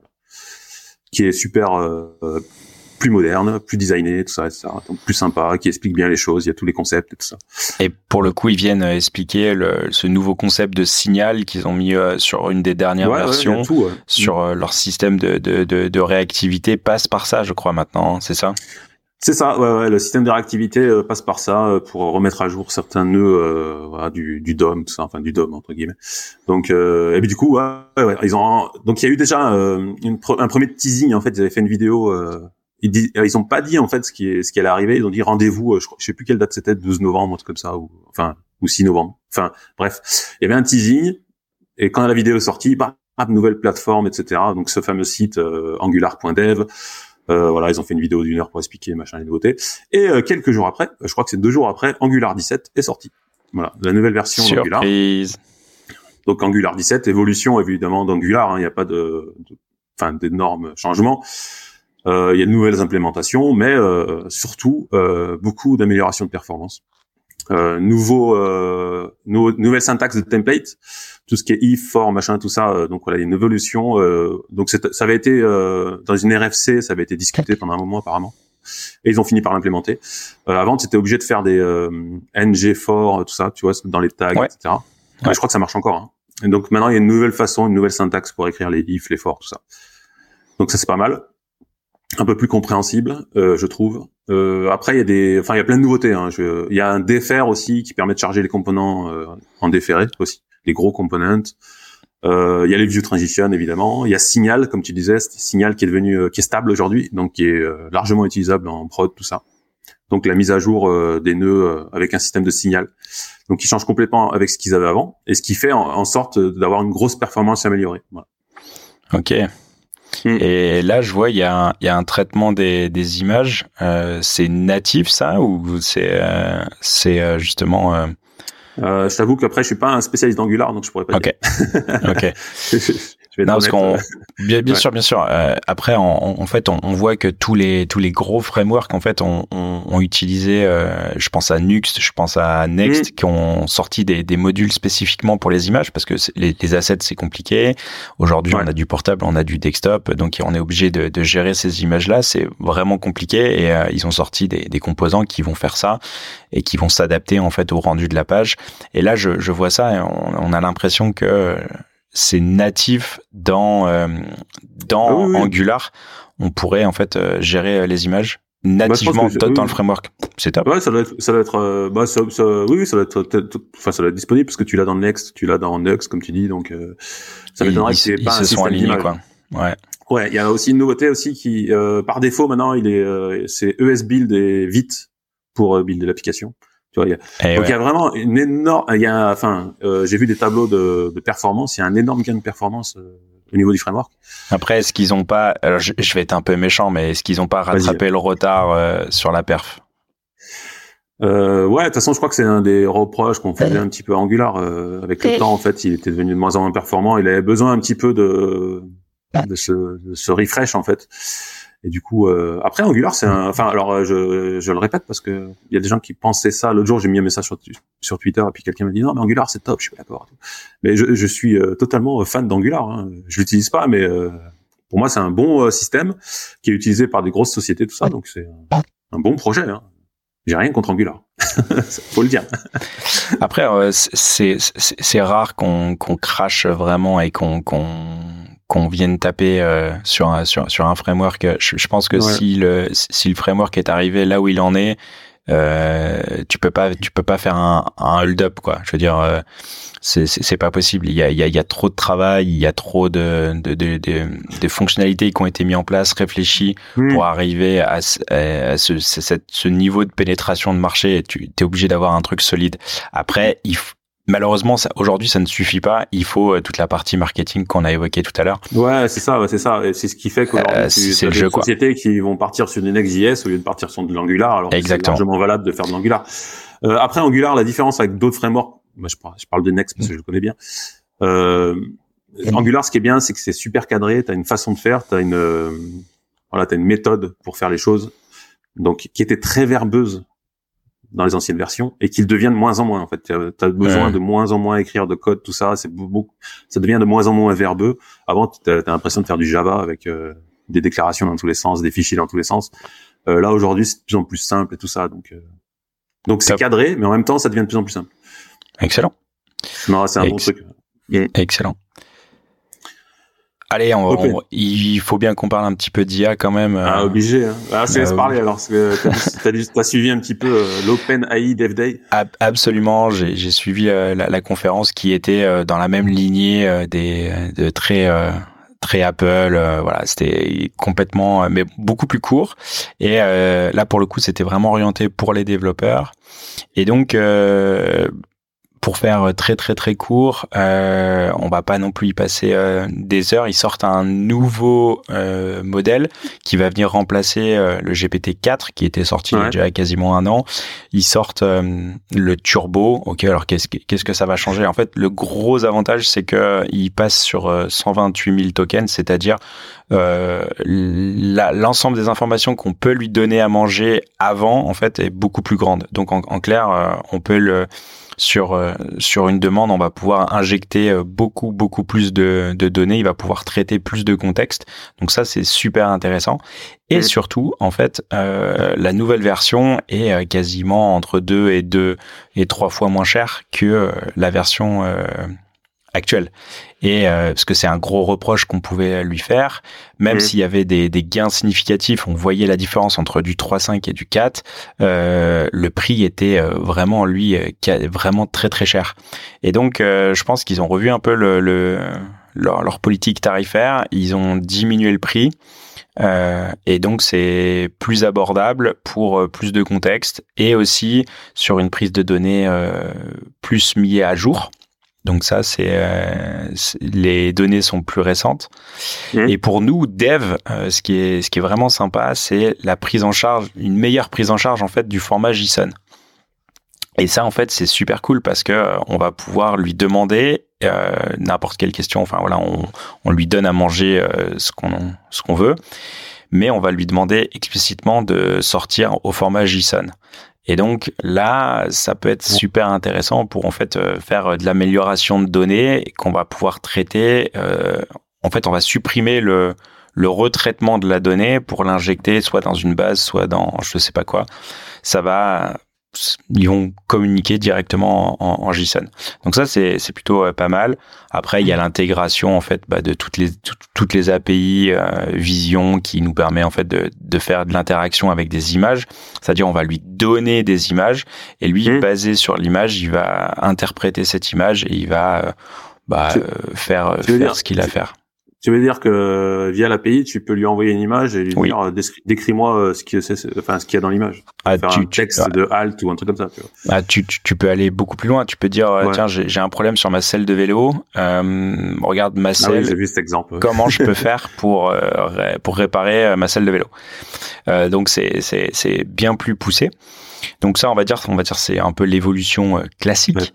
qui est super. Euh, plus moderne, plus designé, tout ça, et cetera. Donc plus sympa, qui explique bien les choses, il y a tous les concepts et tout ça. Et pour le coup, ils viennent expliquer le, ce nouveau concept de signal qu'ils ont mis euh, sur une des dernières ouais, versions, ouais, tout, ouais. sur euh, leur système de, de, de, de réactivité passe par ça, je crois maintenant, hein, c'est ça? C'est ça, ouais, ouais, le système de réactivité euh, passe par ça euh, pour remettre à jour certains nœuds euh, voilà, du, du D O M, tout ça, enfin du D O M entre guillemets. Donc, euh, et puis du coup, ouais, ouais, ils ont, donc il y a eu déjà euh, une, un premier teasing en fait, ils avaient fait une vidéo. Euh, Ils, dis, ils ont pas dit en fait ce qui est ce qui allait arriver. Ils ont dit rendez-vous. Je, je sais plus quelle date c'était, douze novembre, un truc comme ça, ou enfin ou six novembre. Enfin bref, il y avait un teasing et quand la vidéo est sortie, bah nouvelle plateforme, et cetera. Donc ce fameux site euh, angular point dev. Euh, voilà, ils ont fait une vidéo d'une heure pour expliquer machin les nouveautés. Et euh, quelques jours après, je crois que c'est deux jours après, Angular dix-sept est sorti. Voilà, la nouvelle version d'Angular. Donc Angular dix-sept, évolution évidemment d'Angular. Il hein, n'y a pas de, enfin d'énormes changements. Il euh, y a de nouvelles implémentations, mais euh, surtout euh, beaucoup d'améliorations de performance. Euh, nouveau, euh, nou- nouvelle syntaxe de template, tout ce qui est if, for, machin, tout ça. Euh, donc voilà, il y a une évolution. Euh, donc c'est, ça avait été euh, dans une R F C, ça avait été discuté pendant un moment apparemment, et ils ont fini par l'implémenter. Euh, avant, tu étais obligé de faire des euh, ng, for, tout ça, tu vois, dans les tags, ouais. et cetera. Ouais. Ouais, je crois que ça marche encore. Hein. Et donc maintenant, il y a une nouvelle façon, une nouvelle syntaxe pour écrire les if, les for, tout ça. Donc ça c'est pas mal. Un peu plus compréhensible, euh, je trouve. Euh, après, il y a des, enfin, il y a plein de nouveautés. Hein. Je, il y a un défer aussi qui permet de charger les composants euh, en déféré aussi, les gros components. Euh, il y a les view transition évidemment. Il y a Signal, comme tu disais, c'est Signal qui est devenu, euh, qui est stable aujourd'hui, donc qui est euh, largement utilisable en prod, tout ça. Donc la mise à jour euh, des nœuds euh, avec un système de Signal, donc qui change complètement avec ce qu'ils avaient avant, et ce qui fait en, en sorte d'avoir une grosse performance améliorée. Voilà. Ok. Mmh. Et là, je vois, il y a un, il y a un traitement des, des images. Euh, c'est natif, ça, ou c'est, euh, c'est euh, justement... Euh... Euh, je t'avoue qu'après, je suis pas un spécialiste d'Angular, donc je pourrais pas okay. dire. Ok. Je vais non, parce qu'on, bien, bien ouais. sûr, bien sûr. Euh, après, en, en fait, on, on voit que tous les tous les gros frameworks, en fait, ont on, on utilisé. Euh, je pense à Nuxt, je pense à Next, mmh. qui ont sorti des, des modules spécifiquement pour les images, parce que les, les assets c'est compliqué. Aujourd'hui, ouais. on a du portable, on a du desktop, donc on est obligé de, de gérer ces images-là. C'est vraiment compliqué, et euh, ils ont sorti des, des composants qui vont faire ça et qui vont s'adapter en fait au rendu de la page. Et là, je, je vois ça, et on, on a l'impression que c'est natif dans euh, dans ah oui, oui. Angular. On pourrait en fait euh, gérer les images nativement bah, dans oui. le framework. C'est top. Ouais, ça doit être, ça doit être, euh, bah, ça, ça, oui, ça doit être, enfin, ça doit être disponible parce que tu l'as dans Next, tu l'as dans Nux, comme tu dis, donc euh, ça m'étonnerait que c'est pas un système sont alignés, quoi. Ouais. Ouais, il y a aussi une nouveauté aussi qui, euh, par défaut maintenant, il est, euh, c'est E S Build et Vite pour euh, builder l'application. Tu vois, il y a, et donc ouais. il y a vraiment une énorme, il y a, enfin, euh, j'ai vu des tableaux de, de performance, il y a un énorme gain de performance euh, au niveau du framework. Après, est-ce qu'ils ont pas, alors je, je vais être un peu méchant, mais est-ce qu'ils ont pas rattrapé Vas-y. le retard euh, sur la perf? Euh, ouais, de toute façon, je crois que c'est un des reproches qu'on faisait un petit peu à Angular. Euh, avec le temps, en fait, il était devenu de moins en moins performant. Il avait besoin un petit peu de de ce, de ce refresh, en fait. Et du coup, euh, après Angular, c'est un, enfin, alors je je le répète parce que il y a des gens qui pensaient ça. L'autre jour, j'ai mis un message sur sur Twitter et puis quelqu'un m'a dit non, mais Angular c'est top. Je suis d'accord. Mais je je suis euh, totalement fan d'Angular. Hein. Je l'utilise pas, mais euh, pour moi, c'est un bon euh, système qui est utilisé par des grosses sociétés, tout ça. Donc c'est un, un bon projet. Hein. J'ai rien contre Angular. Faut le dire. Après, euh, c'est c'est c'est rare qu'on qu'on crache vraiment et qu'on qu'on qu'on vienne taper euh, sur un sur sur un framework. Je, je pense que ouais. si le si le framework est arrivé là où il en est, euh, tu peux pas tu peux pas faire un un hold up, quoi. Je veux dire, euh, c'est c'est c'est pas possible. Il y a il y a il y a trop de travail, il y a trop de de de de, de fonctionnalités qui ont été mises en place, réfléchies mmh. pour arriver à, à ce ce, ce niveau de pénétration de marché. Et tu es obligé d'avoir un truc solide. Après, il faut Malheureusement, ça, aujourd'hui, ça ne suffit pas. Il faut euh, toute la partie marketing qu'on a évoquée tout à l'heure. Ouais, c'est ça, ouais, c'est ça. Et c'est ce qui fait qu'aujourd'hui, euh, c'est le jeu, des sociétés qui vont partir sur du Next.js au lieu de partir sur de l'Angular. Alors Exactement. C'est largement valable de faire de l'Angular. Euh, après, Angular, la différence avec d'autres frameworks, bah, je, parle, je parle de Next parce que je le connais bien. Euh, mmh. Angular, ce qui est bien, c'est que c'est super cadré. T'as une façon de faire, t'as une, euh, voilà, t'as une méthode pour faire les choses. Donc, qui était très verbeuse dans les anciennes versions et qu'il devient de moins en moins, en fait. T'as besoin ouais. de moins en moins écrire de code, tout ça, c'est beaucoup, ça devient de moins en moins verbeux. Avant, t'as, t'as l'impression de faire du Java avec euh, des déclarations dans tous les sens, des fichiers dans tous les sens. Euh, là, aujourd'hui, c'est de plus en plus simple et tout ça, donc, euh, donc c'est Top. cadré, mais en même temps, ça devient de plus en plus simple. Excellent. Non, c'est un Ex- bon truc. Yeah. Excellent. Allez, on, okay. on, il faut bien qu'on parle un petit peu d'I A quand même. Ah, obligé. Hein. Ah, c'est euh, parler alors, parce que t'as, t'as, t'as suivi un petit peu euh, l'OpenAI Dev Day. Ab- absolument, j'ai, j'ai suivi euh, la, la conférence qui était euh, dans la même lignée euh, des de très euh, très Apple. Euh, voilà, c'était complètement, mais beaucoup plus court. Et euh, là, pour le coup, c'était vraiment orienté pour les développeurs. Et donc. Euh, Pour faire très très très court, euh, on va pas non plus y passer euh, des heures. Ils sortent un nouveau euh, modèle qui va venir remplacer euh, le G P T quatre qui était sorti ouais. il y a déjà quasiment un an. Ils sortent euh, le Turbo. Ok, alors qu'est-ce que, qu'est-ce que ça va changer? En fait, le gros avantage, c'est que il passe sur euh, cent vingt-huit mille tokens, c'est-à-dire euh, la, l'ensemble des informations qu'on peut lui donner à manger avant, en fait, est beaucoup plus grande. Donc, en, en clair, euh, on peut le sur euh, sur une demande, on va pouvoir injecter euh, beaucoup beaucoup plus de de données, il va pouvoir traiter plus de contexte. Donc ça, c'est super intéressant. Et mmh. surtout, en fait, euh, la nouvelle version est euh, quasiment entre deux et deux et trois fois moins chère que euh, la version euh, actuelle. Et euh, parce que c'est un gros reproche qu'on pouvait lui faire, même mmh. s'il y avait des, des gains significatifs, on voyait la différence entre du trois point cinq et du quatre, euh, le prix était euh, vraiment, lui, euh, vraiment très très cher. Et donc, euh, je pense qu'ils ont revu un peu le, le, leur, leur politique tarifaire, ils ont diminué le prix, euh, et donc c'est plus abordable pour euh, plus de contexte, et aussi sur une prise de données euh, plus mise à jour. Donc ça, c'est, euh, c'est les données sont plus récentes. Mmh. Et pour nous, dev, euh, ce qui est ce qui est vraiment sympa, c'est la prise en charge, une meilleure prise en charge en fait du format JSON. Et ça, en fait, c'est super cool parce que euh, on va pouvoir lui demander euh, n'importe quelle question. Enfin voilà, on on lui donne à manger euh, ce qu'on ce qu'on veut, mais on va lui demander explicitement de sortir au format JSON. Et donc là, ça peut être super intéressant pour en fait euh, faire de l'amélioration de données qu'on va pouvoir traiter. Euh, en fait, on va supprimer le le retraitement de la donnée pour l'injecter soit dans une base, soit dans je sais pas quoi. Ça va ils vont communiquer directement en, en JSON. Donc ça, c'est, c'est plutôt euh, pas mal. Après, il y a l'intégration en fait bah, de toutes les tout, toutes les A P I euh, Vision qui nous permet en fait de, de faire de l'interaction avec des images. C'est-à-dire, on va lui donner des images et lui, mmh. basé sur l'image, il va interpréter cette image et il va euh, bah, euh, faire, faire dire, ce qu'il a à faire. Tu veux dire que via l'A P I, tu peux lui envoyer une image et lui oui. dire décris-moi ce qui c'est, enfin ce qu'il y a dans l'image. Ah, faire tu, un texte tu, de alt ou un truc comme ça. Tu vois. Ah, tu, tu, tu peux aller beaucoup plus loin. Tu peux dire ouais. tiens j'ai, j'ai un problème sur ma selle de vélo. Euh, regarde ma selle. Ah oui, j'ai vu cet exemple. Comment je peux faire pour euh, pour réparer ma selle de vélo. Euh, donc c'est c'est c'est bien plus poussé. Donc ça, on va dire, on va dire, c'est un peu l'évolution euh, classique. Ouais.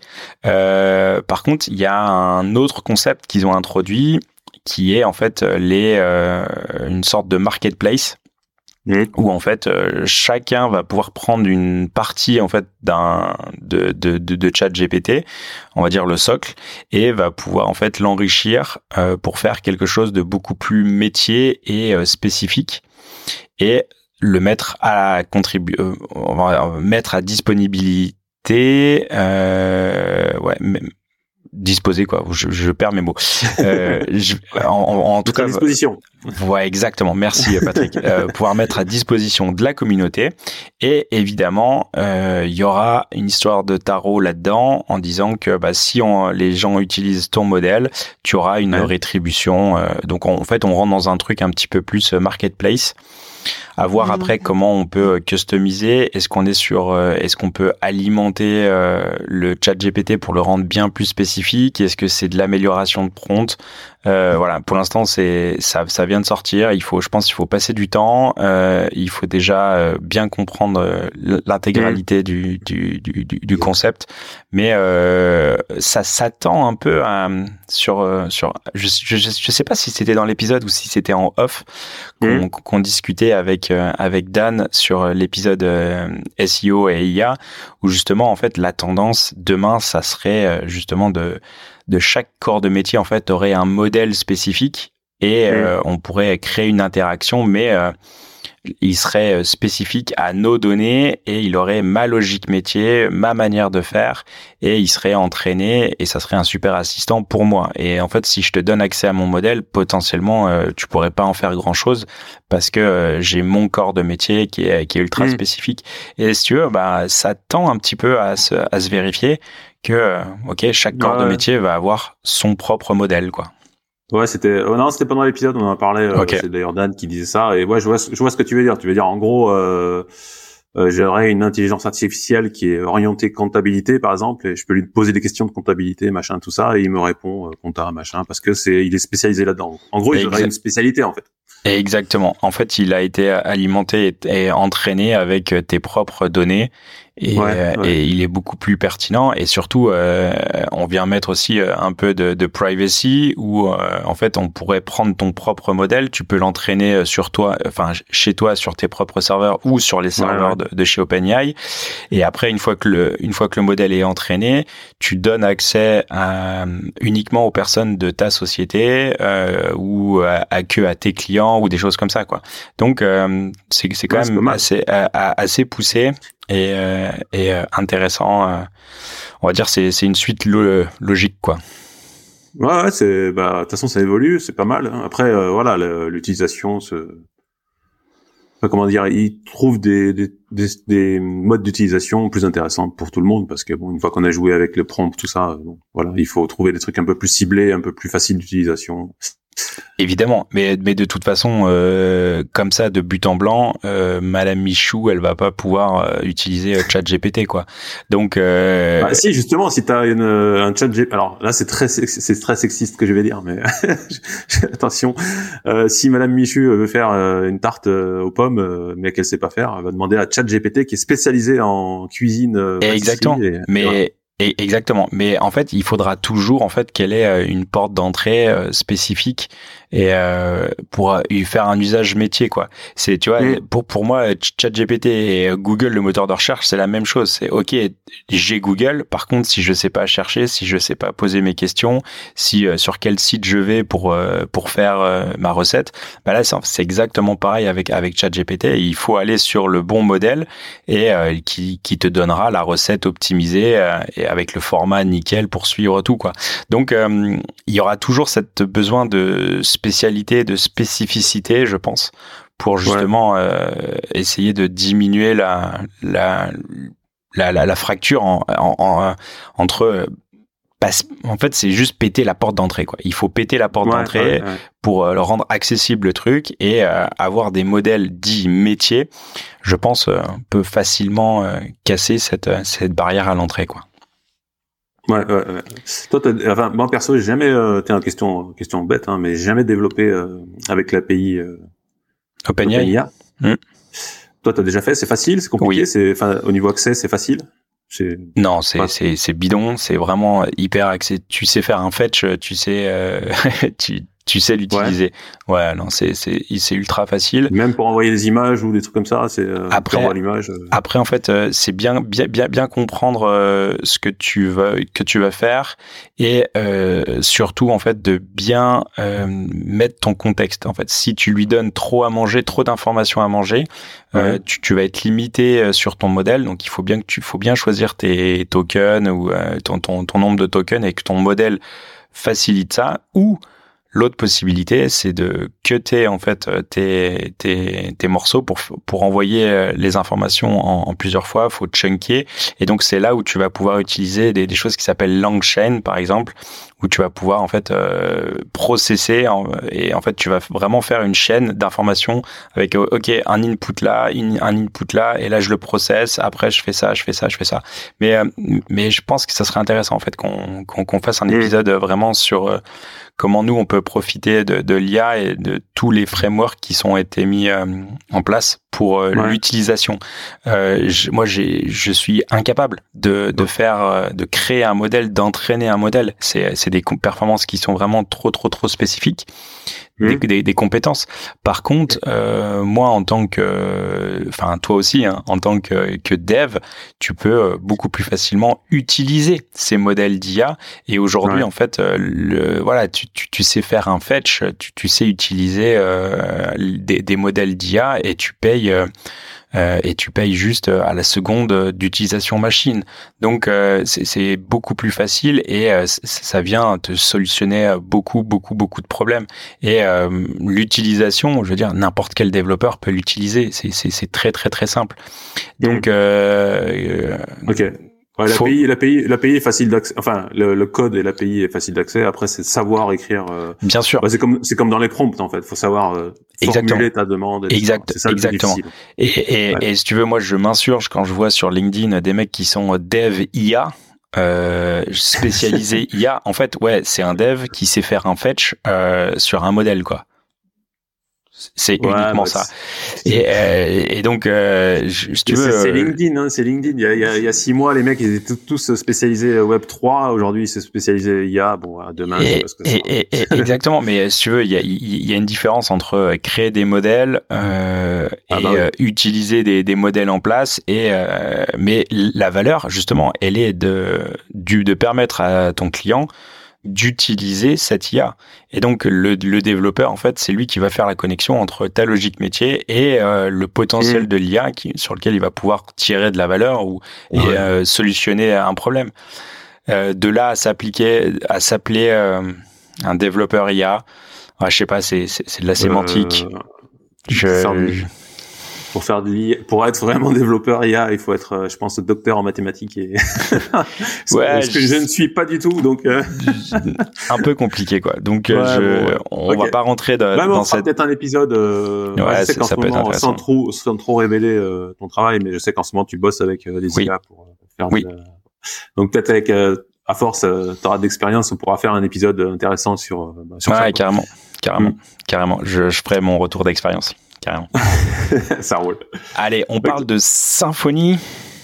Euh, par contre, il y a un autre concept qu'ils ont introduit, qui est en fait les euh, une sorte de marketplace mmh. où en fait euh, chacun va pouvoir prendre une partie en fait d'un de de de, de ChatGPT, on va dire le socle, et va pouvoir en fait l'enrichir euh, pour faire quelque chose de beaucoup plus métier et euh, spécifique et le mettre à contribu euh, on va mettre à disponibilité euh, ouais même disposer quoi je, je perds mes mots euh, je, en, en, en tout cas disposition ouais exactement merci Patrick euh, pouvoir mettre à disposition de la communauté et évidemment euh, il y aura une histoire de tarot là-dedans en disant que bah, si on, les gens utilisent ton modèle tu auras une ouais. rétribution euh, donc on, en fait on rentre dans un truc un petit peu plus marketplace. À voir mmh. après comment on peut customiser. Est-ce qu'on est sur, est-ce qu'on peut alimenter euh, le ChatGPT pour le rendre bien plus spécifique? Est-ce que c'est de l'amélioration de prompt? Euh, voilà, pour l'instant, c'est ça, ça vient de sortir. Il faut, je pense, il faut passer du temps. Euh, il faut déjà euh, bien comprendre l'intégralité mmh. du, du, du, du concept. Mais euh, ça s'attend un peu à, sur, sur. Je, je, je sais pas si c'était dans l'épisode ou si c'était en off qu'on, mmh. qu'on discutait avec euh, avec Dan sur l'épisode euh, S E O et I A, où justement en fait la tendance demain, ça serait euh, justement de de chaque corps de métier en fait aurait un modèle spécifique et mmh. euh, on pourrait créer une interaction, mais euh, il serait spécifique à nos données et il aurait ma logique métier, ma manière de faire et il serait entraîné et ça serait un super assistant pour moi. Et en fait, si je te donne accès à mon modèle, potentiellement, euh, tu pourrais pas en faire grand chose parce que euh, j'ai mon corps de métier qui est, qui est ultra mmh. spécifique. Et si tu veux, bah, ça tend un petit peu à se, à se vérifier que, ok, chaque corps ouais. de métier va avoir son propre modèle, quoi. Ouais, c'était oh non, c'était pendant l'épisode, on en a parlé. Euh, okay. C'est d'ailleurs Dan qui disait ça. Et ouais, je vois, je vois ce que tu veux dire. Tu veux dire en gros, euh, euh, j'aurais une intelligence artificielle qui est orientée comptabilité, par exemple, et je peux lui poser des questions de comptabilité, machin, tout ça, et il me répond euh, compta, machin, parce que c'est, il est spécialisé là-dedans. En gros, il aurait une spécialité en fait. Exactement. En fait, il a été alimenté et entraîné avec tes propres données. Et, ouais, ouais. et il est beaucoup plus pertinent et surtout euh, on vient mettre aussi un peu de, de privacy où euh, en fait on pourrait prendre ton propre modèle, tu peux l'entraîner sur toi, enfin chez toi sur tes propres serveurs ou sur les serveurs ouais, ouais. De, de chez OpenAI et après une fois que le une fois que le modèle est entraîné, tu donnes accès à, uniquement aux personnes de ta société euh, ou à, à que à tes clients ou des choses comme ça quoi. Donc euh, c'est c'est quand ouais, même assez à, assez poussé. Et, euh, et euh, intéressant, euh, on va dire c'est c'est une suite lo- logique quoi. Ouais, ouais c'est bah de toute façon ça évolue, c'est pas mal. Hein. Après euh, voilà le, l'utilisation, se... enfin, comment dire, ils trouvent des, des des des modes d'utilisation plus intéressants pour tout le monde parce que bon une fois qu'on a joué avec le prompt tout ça, bon, voilà il faut trouver des trucs un peu plus ciblés, un peu plus faciles d'utilisation. Évidemment, mais mais de toute façon, euh, comme ça, de but en blanc, euh, Madame Michou, elle va pas pouvoir euh, utiliser euh, ChatGPT, quoi. Donc, euh... bah, si justement, si t'as une un ChatGPT, alors là c'est très c'est très sexiste que je vais dire, mais attention, euh, si Madame Michu veut faire euh, une tarte euh, aux pommes, euh, mais qu'elle sait pas faire, elle va demander à ChatGPT qui est spécialisé en cuisine. Euh, exactement. Et, mais et voilà. Et exactement, mais en fait, il faudra toujours en fait qu'elle ait une porte d'entrée euh, spécifique et euh, pour y faire un usage métier, quoi. C'est, tu vois, mmh. pour pour moi, ChatGPT et Google, le moteur de recherche, c'est la même chose. C'est ok, j'ai Google. Par contre, si je sais pas chercher, si je sais pas poser mes questions, si euh, sur quel site je vais pour euh, pour faire euh, ma recette, bah là c'est, c'est exactement pareil avec avec ChatGPT. Il faut aller sur le bon modèle et euh, qui qui te donnera la recette optimisée euh, et avec le format nickel pour suivre tout, quoi. Donc euh, il y aura toujours cette besoin de spécialité, de spécificité, je pense, pour justement ouais. euh, essayer de diminuer la la la, la, la fracture en, en, en, entre en fait, c'est juste péter la porte d'entrée, quoi. Il faut péter la porte ouais, d'entrée ouais, ouais. pour euh, rendre accessible le truc et euh, avoir des modèles dits métiers. Je pense euh, on peut facilement euh, casser cette cette barrière à l'entrée, quoi. Ouais, ouais, ouais. Toi, t'as, enfin, moi perso, j'ai jamais, euh, t'es une question, question bête, hein, mais j'ai jamais développé euh, avec l'A P I euh, OpenAI. OpenAI. Mmh. Toi, t'as déjà fait, c'est facile, c'est compliqué, oui. c'est, enfin, au niveau accès, c'est facile. C'est... Non, c'est, ouais. c'est, c'est bidon, c'est vraiment hyper accès. Tu sais faire un fetch, tu sais, euh, tu, tu sais l'utiliser. Ouais, ouais non, c'est, c'est, c'est ultra facile. Même pour envoyer des images ou des trucs comme ça, c'est, euh, après, l'image. Euh... Après, en fait, euh, c'est bien, bien, bien, bien comprendre euh, ce que tu vas, que tu vas faire et euh, surtout, en fait, de bien euh, mettre ton contexte. En fait, si tu lui donnes trop à manger, trop d'informations à manger, ouais. euh, tu, tu vas être limité sur ton modèle. Donc, il faut bien que tu, faut bien choisir tes tokens ou euh, ton, ton, ton nombre de tokens et que ton modèle facilite ça. Ou l'autre possibilité, c'est de cutter en fait tes tes tes morceaux pour pour envoyer les informations en, en plusieurs fois. Faut chunker et donc c'est là où tu vas pouvoir utiliser des, des choses qui s'appellent LangChain par exemple, où tu vas pouvoir en fait euh, processer en, et en fait tu vas vraiment faire une chaîne d'informations avec ok un input là, une, un input là et là je le processe. Après je fais ça, je fais ça, je fais ça. Mais euh, mais je pense que ça serait intéressant en fait qu'on qu'on, qu'on fasse un épisode vraiment sur euh, comment nous, on peut profiter de, de l'I A et de tous les frameworks qui sont été mis euh, en place pour euh, ouais. l'utilisation. Euh, je, moi, j'ai, je suis incapable de, de faire, euh, de créer un modèle, d'entraîner un modèle. C'est, c'est des performances qui sont vraiment trop, trop, trop spécifiques. Mmh. Des, des, des compétences. Par contre, euh, moi, en tant que, enfin, toi aussi, hein, en tant que, que dev, tu peux beaucoup plus facilement utiliser ces modèles d'I A. Et aujourd'hui, ouais. en fait, le, voilà, tu, tu, tu sais faire un fetch, tu, tu sais utiliser euh, des, des modèles d'I A et tu payes. Euh, Euh, et tu payes juste à la seconde d'utilisation machine. Donc euh, c'est, c'est beaucoup plus facile et euh, ça vient te solutionner beaucoup beaucoup beaucoup de problèmes. Et euh, l'utilisation, je veux dire, n'importe quel développeur peut l'utiliser. C'est c'est, c'est très très très simple. Donc euh, ok. Ouais, Faut... l'A P I, l'A P I, l'A P I est facile d'accès. Enfin, le, le code et l'A P I est facile d'accès. Après, c'est savoir écrire. Euh... Bien sûr. Bah, c'est comme, c'est comme dans les prompts en fait. Faut savoir euh, formuler ta demande. Et exact. C'est ça le exactement. plus difficile. Et, et, ouais. et si tu veux, moi, je m'insurge quand je vois sur LinkedIn des mecs qui sont dev I A. Euh, spécialisé I A. En fait, ouais, c'est un dev qui sait faire un fetch euh, sur un modèle, quoi. C'est ouais, uniquement bah, ça. C'est... Et, euh, et donc, euh, si tu veux, c'est, c'est LinkedIn, hein, c'est LinkedIn. Il y a, il y a, il y a six mois, les mecs, ils étaient tous spécialisés Web trois. Aujourd'hui, ils sont spécialisés I A. Bon, demain, et, je sais pas ce que c'est. Et, et, exactement. Mais si tu veux, il y a, il y a une différence entre créer des modèles euh, ah, et bah oui. euh, utiliser des, des modèles en place. Et euh, mais la valeur, justement, elle est de, du, de permettre à ton client d'utiliser cette I A. Et donc, le, le développeur, en fait, c'est lui qui va faire la connexion entre ta logique métier et euh, le potentiel mmh. de l'I A qui, sur lequel il va pouvoir tirer de la valeur ou ouais. et euh, solutionner un problème. Euh, de là à s'appliquer, à s'appeler euh, un développeur I A, ah, je sais pas, c'est, c'est, c'est de la sémantique. Euh, je, faire du... je... pour faire de l'I A, pour être vraiment développeur I A, il faut être, je pense, docteur en mathématiques et ouais, ce que je... je ne suis pas du tout, donc euh... un peu compliqué quoi. Donc ouais, je... bon, ouais. on okay. va pas rentrer de, ouais, dans on cette. Peut-être un épisode. Euh... Ouais, ouais, je sais ça, qu'en ça ce peut moment, être sans trop, sans trop révéler euh, ton travail, mais je sais qu'en ce moment tu bosses avec euh, des oui. I A pour faire. Oui. De la... Donc peut-être avec, euh, à force, euh, t'auras d'expérience, on pourra faire un épisode intéressant sur. Euh, sur ouais, ça. carrément, carrément, mm. carrément. Je, je ferai mon retour d'expérience. Carrément. Ça roule. Allez, on parle de Symfony.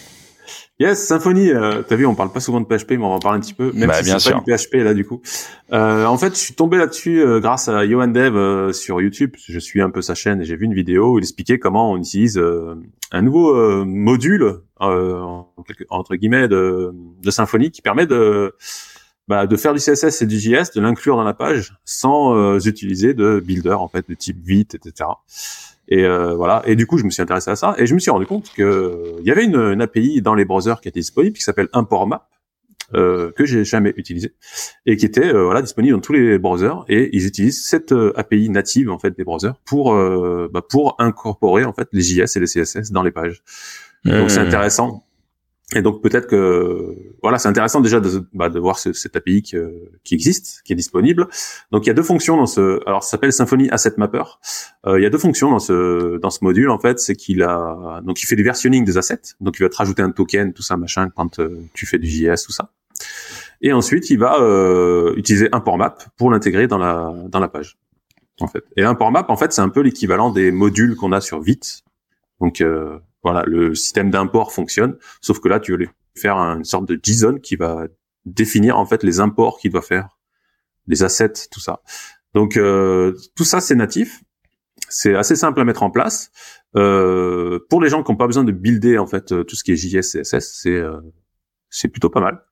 Yes, Symfony. Euh, t'as vu, on parle pas souvent de P H P, mais on va en parler un petit peu, même bah, si bien c'est sûr. pas du P H P là du coup. Euh, en fait, je suis tombé là-dessus euh, grâce à Johan Dev euh, sur YouTube. Je suis un peu sa chaîne et j'ai vu une vidéo où il expliquait comment on utilise euh, un nouveau euh, module euh, entre guillemets de, de Symfony qui permet de bah, de faire du C S S et du J S, de l'inclure dans la page sans euh, utiliser de builder en fait de type Vite, et cetera. Et euh, voilà. Et du coup, je me suis intéressé à ça et je me suis rendu compte que euh, il y avait une, une A P I dans les browsers qui était disponible qui s'appelle ImportMap euh, que j'ai jamais utilisé et qui était euh, voilà disponible dans tous les browsers et ils utilisent cette euh, A P I native en fait des browsers pour euh, bah, pour incorporer en fait les J S et les C S S dans les pages. Mmh. Donc c'est intéressant. Et donc peut-être que voilà, c'est intéressant déjà de, bah, de voir ce, cette A P I qui, qui existe, qui est disponible. Donc il y a deux fonctions dans ce, alors ça s'appelle Symfony Asset Mapper. Euh, il y a deux fonctions dans ce dans ce module en fait, c'est qu'il a donc il fait du versionning des assets, donc il va te rajouter un token, tout ça machin quand euh, tu fais du J S, tout ça. Et ensuite il va euh, utiliser ImportMap pour l'intégrer dans la dans la page en fait. Et ImportMap en fait c'est un peu l'équivalent des modules qu'on a sur Vite. Donc euh, voilà, le système d'import fonctionne, sauf que là, tu veux faire une sorte de JSON qui va définir en fait les imports qu'il doit faire, les assets, tout ça. Donc euh, tout ça, c'est natif, c'est assez simple à mettre en place. Euh, pour les gens qui n'ont pas besoin de builder en fait tout ce qui est J S, C S S, c'est euh, c'est plutôt pas mal.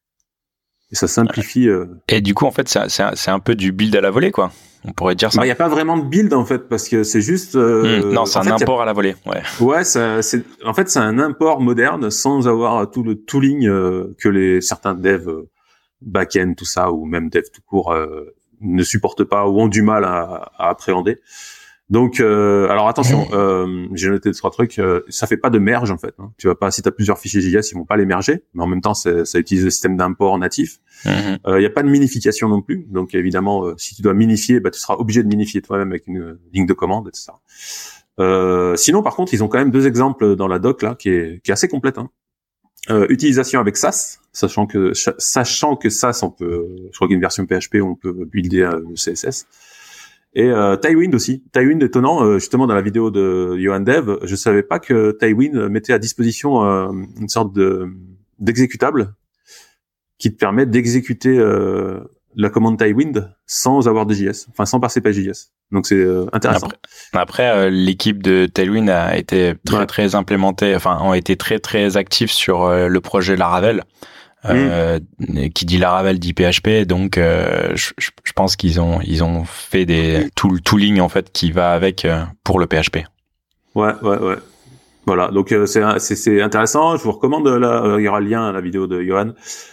Et ça simplifie. Euh... Et du coup, en fait, c'est c'est un, c'est un peu du build à la volée, quoi. On pourrait dire ça. Bah, il y a pas vraiment de build en fait parce que c'est juste. Euh, mmh, non, c'est un fait, import a... à la volée. Ouais. Ouais, ça, c'est. En fait, c'est un import moderne sans avoir tout le tooling euh, que les certains devs euh, back-end, tout ça, ou même devs tout court euh, ne supportent pas ou ont du mal à, à appréhender. Donc, euh, alors attention, euh, j'ai noté trois trucs. Euh, ça fait pas de merge en fait. Hein. Tu vas pas, si t'as plusieurs fichiers J S, ils vont pas les merger, mais en même temps, c'est, ça utilise le système d'import natif. Il mmh. euh, y a pas de minification non plus. Donc évidemment, euh, si tu dois minifier, bah tu seras obligé de minifier toi-même avec une euh, ligne de commande, et cetera. Euh, sinon, par contre, ils ont quand même deux exemples dans la doc là, qui est qui est assez complète. Hein. Euh, utilisation avec Sass, sachant que sachant que Sass, on peut, je crois qu'il y a une version P H P où on peut builder euh, le C S S. Et euh, Tailwind aussi. Tailwind, étonnant, euh, justement dans la vidéo de Johan Dev, je savais pas que Tailwind mettait à disposition euh, une sorte de d'exécutable qui te permet d'exécuter euh, la commande Tailwind sans avoir de J S, enfin sans passer par J S. Donc c'est euh, intéressant. Après, après euh, l'équipe de Tailwind a été très ouais. très implémentée, enfin ont été très très actifs sur euh, le projet Laravel. Euh, mmh. Qui dit Laravel dit P H P, donc euh, je, je pense qu'ils ont ils ont fait des tout le tooling en fait qui va avec euh, pour le P H P. Ouais ouais ouais. Voilà, donc euh, c'est c'est c'est intéressant. Je vous recommande là, euh, il y aura le lien à la vidéo de Johan.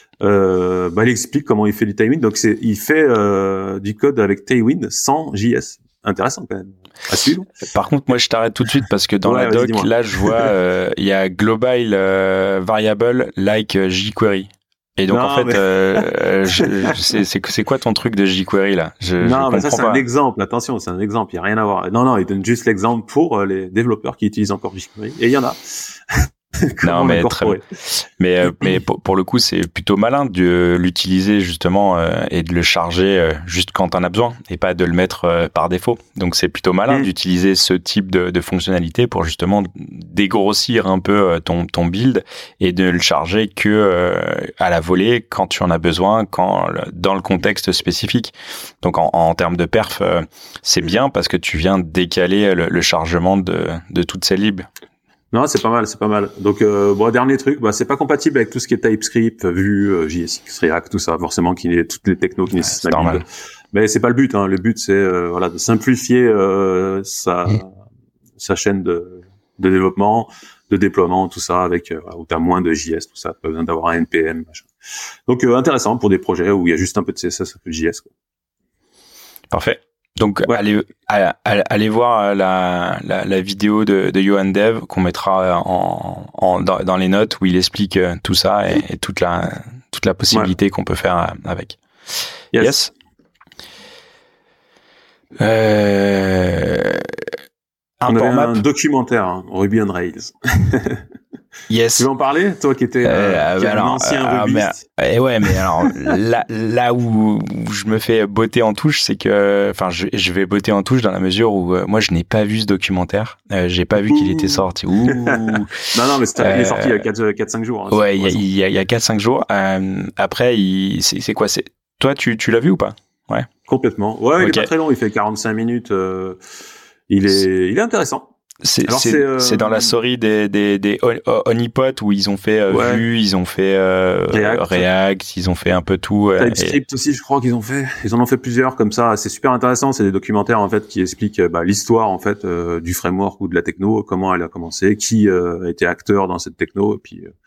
Euh, bah il explique comment il fait du Tailwind. Donc c'est il fait euh, du code avec Tailwind sans J S. Intéressant quand même. À suivre. Par contre, moi, je t'arrête tout de suite parce que dans ouais, la doc, dis-moi. Là, je vois, euh, il y a global euh, variable like jQuery. Et donc, non, en fait, mais... euh, je, je, c'est, c'est, c'est quoi ton truc de jQuery, là? Je, Non, je mais ça, c'est pas. un exemple. Attention, c'est un exemple. Il n'y a rien à voir. Non, non, il donne juste l'exemple pour les développeurs qui utilisent encore jQuery. Et il y en a. Non, mais très bien. Mais, euh, mais pour, pour le coup, c'est plutôt malin de l'utiliser justement euh, et de le charger euh, juste quand t'en as besoin et pas de le mettre euh, par défaut. Donc, c'est plutôt malin mmh. d'utiliser ce type de, de fonctionnalité pour justement dégrossir un peu euh, ton, ton build et de le charger que euh, à la volée quand tu en as besoin, quand dans le contexte spécifique. Donc, en, en termes de perf, euh, c'est bien parce que tu viens décaler le, le chargement de, de toutes ces libs. Non, c'est pas mal, c'est pas mal. Donc, euh, bon, dernier truc, bah, c'est pas compatible avec tout ce qui est TypeScript, Vue, euh, J S X, React, tout ça. Forcément, qu'il y ait toutes les technos qui nécessitent ouais, la build. Mais c'est pas le but. Hein. Le but, c'est euh, voilà, de simplifier euh, sa mmh. sa chaîne de, de développement, de déploiement, tout ça, avec euh, où t'as moins de J S, tout ça. Pas besoin d'avoir un N P M. Machin. Donc, euh, intéressant pour des projets où il y a juste un peu de C S S, un peu de J S. Quoi. Parfait. Donc ouais. allez, allez allez voir la la, la vidéo de, de Johan Dev qu'on mettra en, en dans, dans les notes où il explique tout ça et, et toute la toute la possibilité ouais. qu'on peut faire avec. Yes. yes. Euh, On avait un documentaire hein, Ruby on Rails. Yes. Tu veux en parler, toi qui étais euh, euh, qui alors, un ancien euh, rubiste. Mais, et ouais, mais alors là, là où, où je me fais botter en touche, c'est que, enfin, je, je vais botter en touche dans la mesure où euh, moi je n'ai pas vu ce documentaire, euh, j'ai pas vu Ouh. qu'il était sorti. Ouh. non, non, mais c'est, euh, il est sorti il y a quatre cinq jours. Hein, ouais, il y a, il y a, il y a quatre cinq jours. Euh, après, il, c'est, c'est quoi, c'est toi, tu, tu l'as vu ou pas? Ouais. Complètement. Ouais, okay. Il est pas très long, il fait quarante-cinq minutes. Euh, il est, il est intéressant. C'est, Alors, c'est, c'est, euh... c'est dans la story des, des, des Honeypot où ils ont fait euh, ouais. Vue, ils ont fait euh, React. React, ils ont fait un peu tout. TypeScript et... aussi, je crois qu'ils ont fait. Ils en ont fait plusieurs comme ça. C'est super intéressant. C'est des documentaires en fait qui expliquent bah, l'histoire en fait euh, du framework ou de la techno, comment elle a commencé, qui euh, a été acteur dans cette techno, et puis euh,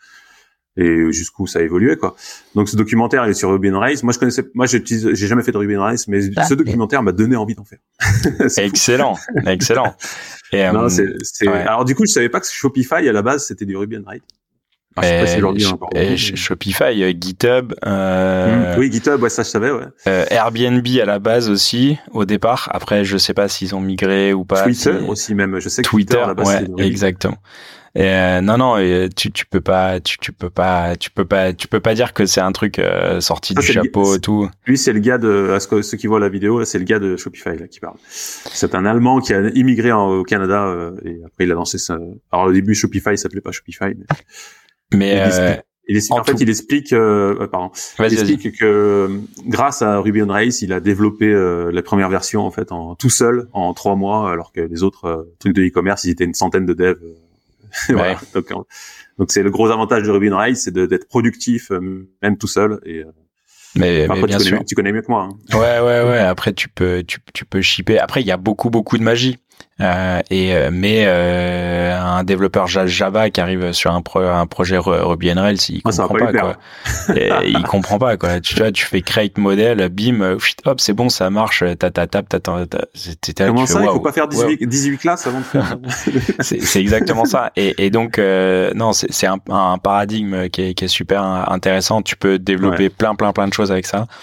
et jusqu'où ça a évolué quoi. Donc ce documentaire il est sur Ruby on Rails. Moi je connaissais, moi j'utilise, j'ai jamais fait de Ruby on Rails, mais ah, ce documentaire mais... m'a donné envie d'en faire. excellent, excellent. Et, non, um, c'est, c'est... Ouais. Alors du coup je savais pas que Shopify à la base c'était du Ruby on Rails. Ah, je sais pas si aujourd'hui encore. Et Shopify, euh, GitHub. Euh, mmh, oui, GitHub, ouais, ça je savais, ouais. Euh, Airbnb à la base aussi, au départ. Après, je sais pas s'ils ont migré ou pas. Twitter si... aussi même. Je sais que Twitter, Twitter à la base, ouais, c'est exactement. Et euh, non, non, et tu tu peux pas, tu tu peux pas, tu peux pas, tu peux pas dire que c'est un truc euh, sorti ça, du chapeau et tout. Lui, c'est le gars de, à ce que ceux qui voient la vidéo, là, c'est le gars de Shopify là qui parle. C'est un Allemand qui a immigré en, au Canada euh, et après il a lancé ça. Alors au début, Shopify il s'appelait pas Shopify, mais. Mais il euh, explique, il explique, en, en fait, il explique, euh, pardon, vas-y, il explique vas-y. que grâce à Ruby on Rails, il a développé euh, la première version en fait en tout seul en trois mois, alors que les autres euh, trucs de e-commerce, ils étaient une centaine de devs. Euh, ouais. voilà. Donc, euh, donc c'est le gros avantage de Ruby on Rails, c'est de, d'être productif euh, même tout seul. Et euh, mais, enfin, mais après, bien tu, sûr. connais, tu connais mieux que moi. Hein. Ouais, ouais, ouais. Après, tu peux, tu, tu peux shipper. Après, il y a beaucoup, beaucoup de magie. Euh, et mais euh, un développeur Java qui arrive sur un, pro, un projet Ruby on Rails, il comprend ah, pas, pas quoi. Et il comprend pas quoi. Tu vois, tu fais create model, bim, hop, c'est bon, ça marche. Ta ta ta ta ta. Comment ça, il faut pas faire dix-huit, wow. dix-huit classes avant de faire. c'est, c'est exactement ça. Et, et donc euh, non, c'est, c'est un, un paradigme qui est, qui est super intéressant. Tu peux développer ouais. plein plein plein de choses avec ça.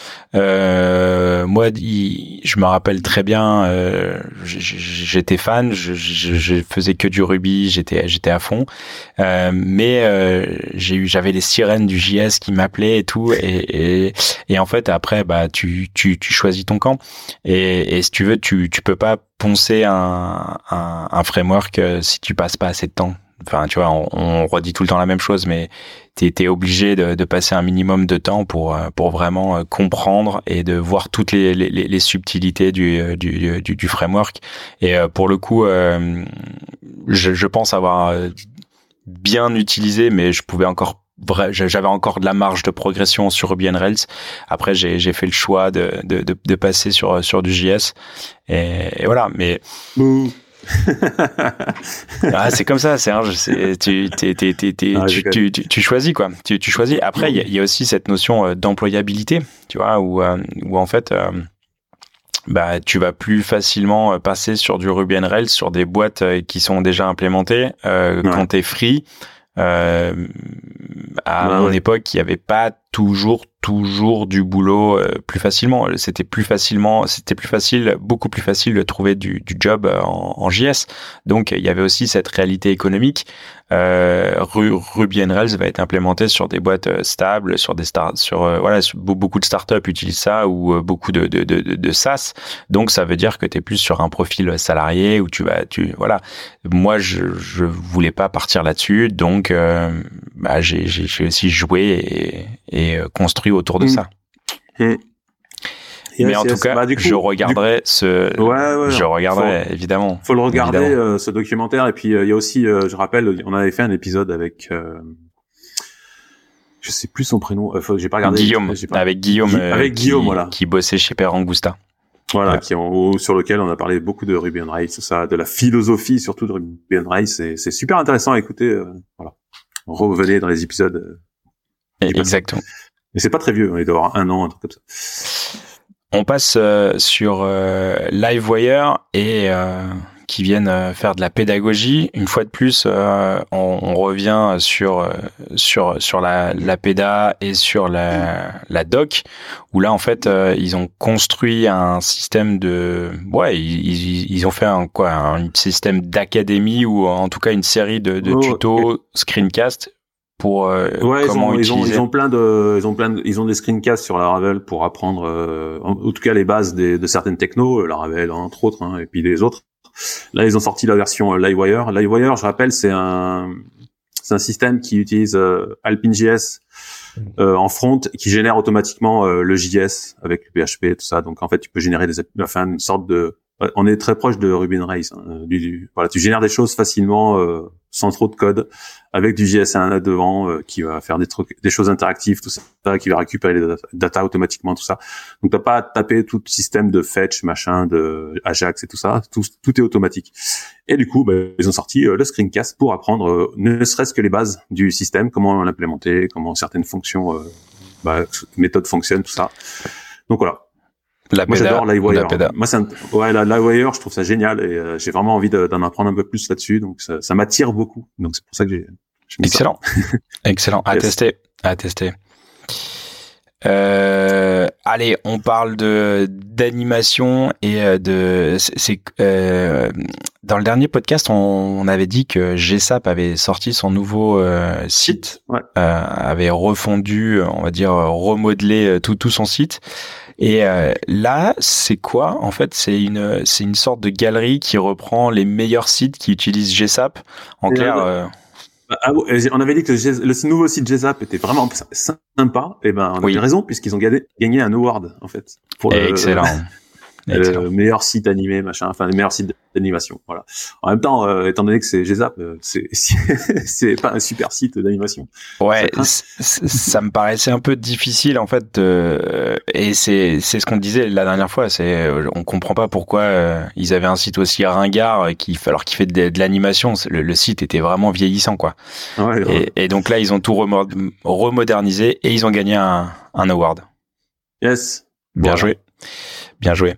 Euh, moi, il, je me rappelle très bien. Euh, j'étais fan, je, je, je faisais que du Ruby, j'étais j'étais à fond, euh, mais euh, j'ai eu j'avais les sirènes du J S qui m'appelaient et tout, et, et et en fait après bah tu tu tu choisis ton camp, et, et si tu veux tu tu peux pas poncer un un, un framework si tu passes pas assez de temps. Enfin, tu vois, on, on redit tout le temps la même chose, mais t'es, t'es obligé de, de passer un minimum de temps pour pour vraiment comprendre et de voir toutes les les, les subtilités du, du du du framework. Et pour le coup, euh, je, je pense avoir bien utilisé, mais je pouvais encore j'avais encore de la marge de progression sur Ruby on Rails. Après, j'ai j'ai fait le choix de de de, de passer sur sur du J S. Et, et voilà, mais. Mmh. ah, c'est comme ça, c'est un, c'est, tu, t'es, t'es, t'es, t'es, ah, tu, tu, tu, tu choisis quoi, tu, tu choisis. Après, il y, y a aussi cette notion d'employabilité, tu vois, où, où en fait, euh, bah, tu vas plus facilement passer sur du Ruby on Rails sur des boîtes qui sont déjà implémentées euh, ouais. quand t'es free. Euh, à bah, mon ouais. époque, il y avait pas toujours toujours du boulot euh, plus facilement. C'était plus facilement, c'était plus facile, beaucoup plus facile de trouver du, du job en, en J S. Donc il y avait aussi cette réalité économique. Euh, Ruby on Rails va être implémenté sur des boîtes stables, sur des start, sur euh, voilà, beaucoup de startups utilisent ça, ou euh, beaucoup de, de de de SaaS. Donc ça veut dire que t'es plus sur un profil salarié où tu vas, tu voilà. Moi je je voulais pas partir là-dessus, donc euh, bah j'ai j'ai, j'ai aussi joué et, et construit autour de mmh. ça. Mmh. Yes, mais en yes. tout cas, bah, coup, je regarderai coup... ce. Ouais, ouais, je regarderai faut, évidemment. Faut le regarder euh, ce documentaire, et puis il euh, y a aussi, euh, je rappelle, on avait fait un épisode avec, euh, je sais plus son prénom, euh, faut, j'ai pas regardé. Guillaume, j'ai pas... avec Guillaume, Gu- avec qui, Guillaume, voilà, qui bossait chez Père Angousta. Voilà, ouais. qui en, sur lequel on a parlé beaucoup de Ruby on Rails, ça, de la philosophie surtout de Ruby on Rails. C'est, c'est super intéressant à écouter. Euh, voilà, revenez dans les épisodes. Euh, Exactement. Mais c'est pas très vieux, il doit avoir un an, un truc comme ça. on passe euh, sur euh, Livewire et euh, qui viennent euh, faire de la pédagogie. Une fois de plus, euh, on, on revient sur euh, sur sur la, la péda et sur la la doc, où là en fait euh, ils ont construit un système de ouais ils ils, ils ont fait un quoi un système d'académie ou en tout cas une série de, de oh, tutos okay. screencast pour euh, ouais, comment ils ont, utiliser. Ils ont, ils ont plein de, ils ont plein de, ils ont des screencasts sur Laravel pour apprendre, euh, en, en tout cas les bases des, de certaines technos, Laravel entre autres, hein, et puis les autres. Là, ils ont sorti la version Livewire. Livewire, je rappelle, c'est un, c'est un système qui utilise euh, Alpine.js euh, en front, qui génère automatiquement euh, le J S avec le P H P et tout ça. Donc en fait, tu peux générer des, enfin une sorte de, on est très proche de Ruby on Rails. Hein, du, du, voilà, tu génères des choses facilement euh, sans trop de code avec du J S un là devant euh, qui va faire des trucs, des choses interactives, tout ça, qui va récupérer les data, data automatiquement, tout ça. Donc t'as pas à taper tout le système de fetch, machin, de Ajax et tout ça. Tout, tout est automatique. Et du coup, bah, ils ont sorti euh, le screencast pour apprendre euh, ne serait-ce que les bases du système, comment l'implémenter, comment certaines fonctions, euh, bah, méthodes fonctionnent, tout ça. Donc voilà. La Moi, péda, j'adore Livewire. la péda. Moi, c'est un... ouais, la Livewire, je trouve ça génial et euh, j'ai vraiment envie de, d'en apprendre un peu plus là-dessus. Donc, ça, ça m'attire beaucoup. Donc, c'est pour ça que j'ai. j'ai Excellent, excellent. À yes. tester, à tester. Euh, allez, on parle de d'animation et de. C'est, c'est euh, dans le dernier podcast, on, on avait dit que G S A P avait sorti son nouveau euh, site, ouais. euh, avait refondu, on va dire, remodelé tout tout son site. Et euh, là, c'est quoi ? En fait, c'est une c'est une sorte de galerie qui reprend les meilleurs sites qui utilisent G S A P. En et clair. Euh, ah, on avait dit que le, le nouveau site G S A P était vraiment sympa. Et ben, on a oui. raison puisqu'ils ont gagné, gagné un award en fait. Pour Excellent. Le, Excellent. Le meilleur site animé, machin, enfin les meilleurs sites d'animation. Voilà. En même temps, euh, étant donné que c'est G S A P, euh, c'est c'est pas un super site d'animation. Ouais, ça, ça me paraissait un peu difficile en fait. Euh, et c'est c'est ce qu'on disait la dernière fois. C'est on comprend pas pourquoi euh, ils avaient un site aussi ringard qui alors qu'il fait de, de l'animation. Le, le site était vraiment vieillissant quoi. Ouais, ouais. Et, et donc là, ils ont tout remodernisé et ils ont gagné un un award. Yes. Bien voilà. joué. Bien joué.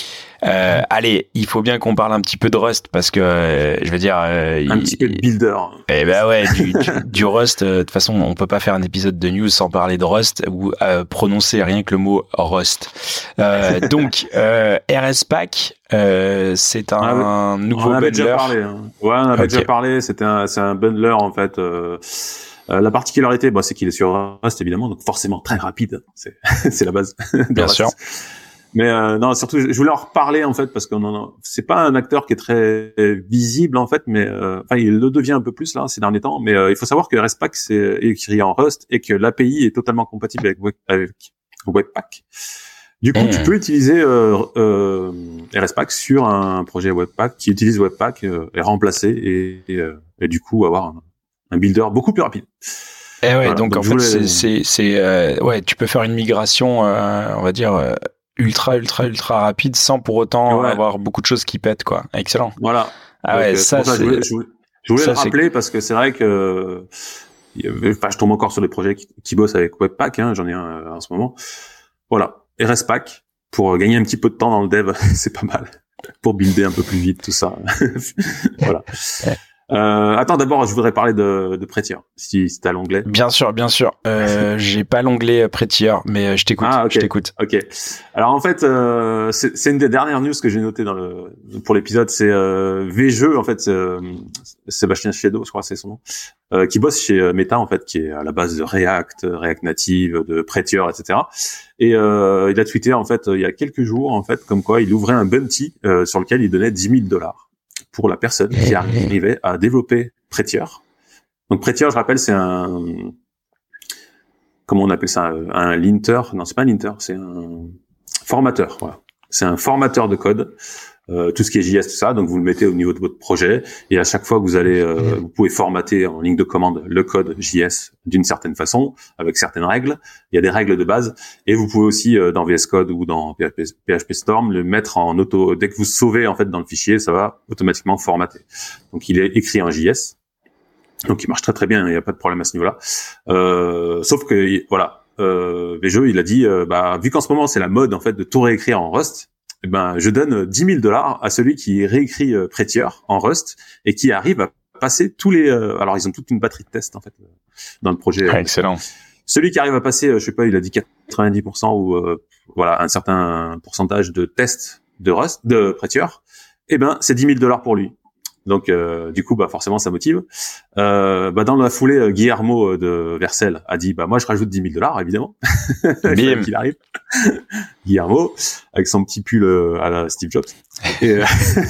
Euh, allez, il faut bien qu'on parle un petit peu de Rust parce que euh, je veux dire euh, un il, petit peu de builder. Eh ben ouais, du, du, du Rust. Euh, de toute façon, on peut pas faire un épisode de news sans parler de Rust ou euh, prononcer rien que le mot Rust. Euh, donc euh, R S Pack, euh, c'est un, un nouveau on avait bundler. Déjà parlé, hein. Ouais, on avait okay. déjà parlé. C'était un, c'est un bundler en fait. Euh, euh, la particularité, bah, c'est qu'il est sur Rust évidemment, donc forcément très rapide. C'est, c'est la base. De Bien Rust. sûr. Mais euh, non, surtout, je voulais en reparler en fait parce que c'est pas un acteur qui est très visible en fait, mais euh, enfin il le devient un peu plus là ces derniers temps. Mais euh, il faut savoir que R S Pack c'est écrit en Rust et que l'A P I est totalement compatible avec, avec Webpack. Du coup, mmh. tu peux utiliser euh, euh, R S Pack sur un projet Webpack qui utilise Webpack euh, et remplacer et, et, euh, et du coup avoir un, un builder beaucoup plus rapide. Et ouais, voilà. donc, donc en fait voulais... c'est c'est, c'est euh, ouais, tu peux faire une migration, euh, on va dire. Euh... ultra ultra ultra rapide sans pour autant ouais. avoir beaucoup de choses qui pètent quoi. Excellent. Voilà. Ah ouais, Donc, ça, ça c'est... je voulais, je voulais, je voulais ça, le rappeler c'est... parce que c'est vrai que enfin je tombe encore sur des projets qui, qui bossent avec Webpack hein, j'en ai un euh, en ce moment. Voilà, R S Pack pour gagner un petit peu de temps dans le dev, c'est pas mal pour builder un peu plus vite tout ça. Voilà. Euh, attends, d'abord, je voudrais parler de, de Prettier, si, si t'as l'onglet. Bien sûr, bien sûr. Euh, j'ai pas l'onglet Prettier, mais je t'écoute. Ah, okay. Je t'écoute. Ok. Alors en fait, euh, c'est, c'est une des dernières news que j'ai notées dans le pour l'épisode. C'est euh, V-Jeux, en fait, c'est, euh, Sébastien Chiedo, je crois, c'est son nom, euh, qui bosse chez Meta, en fait, qui est à la base de React, React Native, de Prettier, et cetera. Et euh, il a tweeté en fait il y a quelques jours, en fait, comme quoi il ouvrait un bounty euh, sur lequel il donnait dix mille dollars. Pour la personne qui arrivait à développer Prettier. Donc Prettier, je rappelle, c'est un, comment on appelle ça, un linter. Non, c'est pas un linter, c'est un formateur. Voilà, c'est un formateur de code. Euh, tout ce qui est J S, tout ça. Donc vous le mettez au niveau de votre projet et à chaque fois que vous allez, euh, vous pouvez formater en ligne de commande le code J S d'une certaine façon avec certaines règles. Il y a des règles de base et vous pouvez aussi euh, dans V S Code ou dans P H P Storm le mettre en auto. Dès que vous sauvez en fait dans le fichier, ça va automatiquement formater. Donc il est écrit en J S. Donc il marche très très bien. Il n'y a pas de problème à ce niveau-là. Euh, sauf que voilà. euh, Vjeux, il a dit, euh, bah vu qu'en ce moment c'est la mode en fait de tout réécrire en Rust, eh ben je donne dix mille dollars à celui qui réécrit euh, Prettier en Rust et qui arrive à passer tous les. Euh, alors ils ont toute une batterie de tests en fait dans le projet. Ah, excellent. Celui qui arrive à passer, je sais pas, il a dit quatre-vingt-dix pour cent ou euh, voilà un certain pourcentage de tests de Rust, de Prettier, eh ben c'est dix mille dollars pour lui. Donc euh, du coup, bah forcément, ça motive. Euh, bah dans la foulée, Guillermo de Vercel a dit, bah moi je rajoute dix mille dollars évidemment. Bim. qu'il arrive. Guillermo avec son petit pull à la Steve Jobs. Et,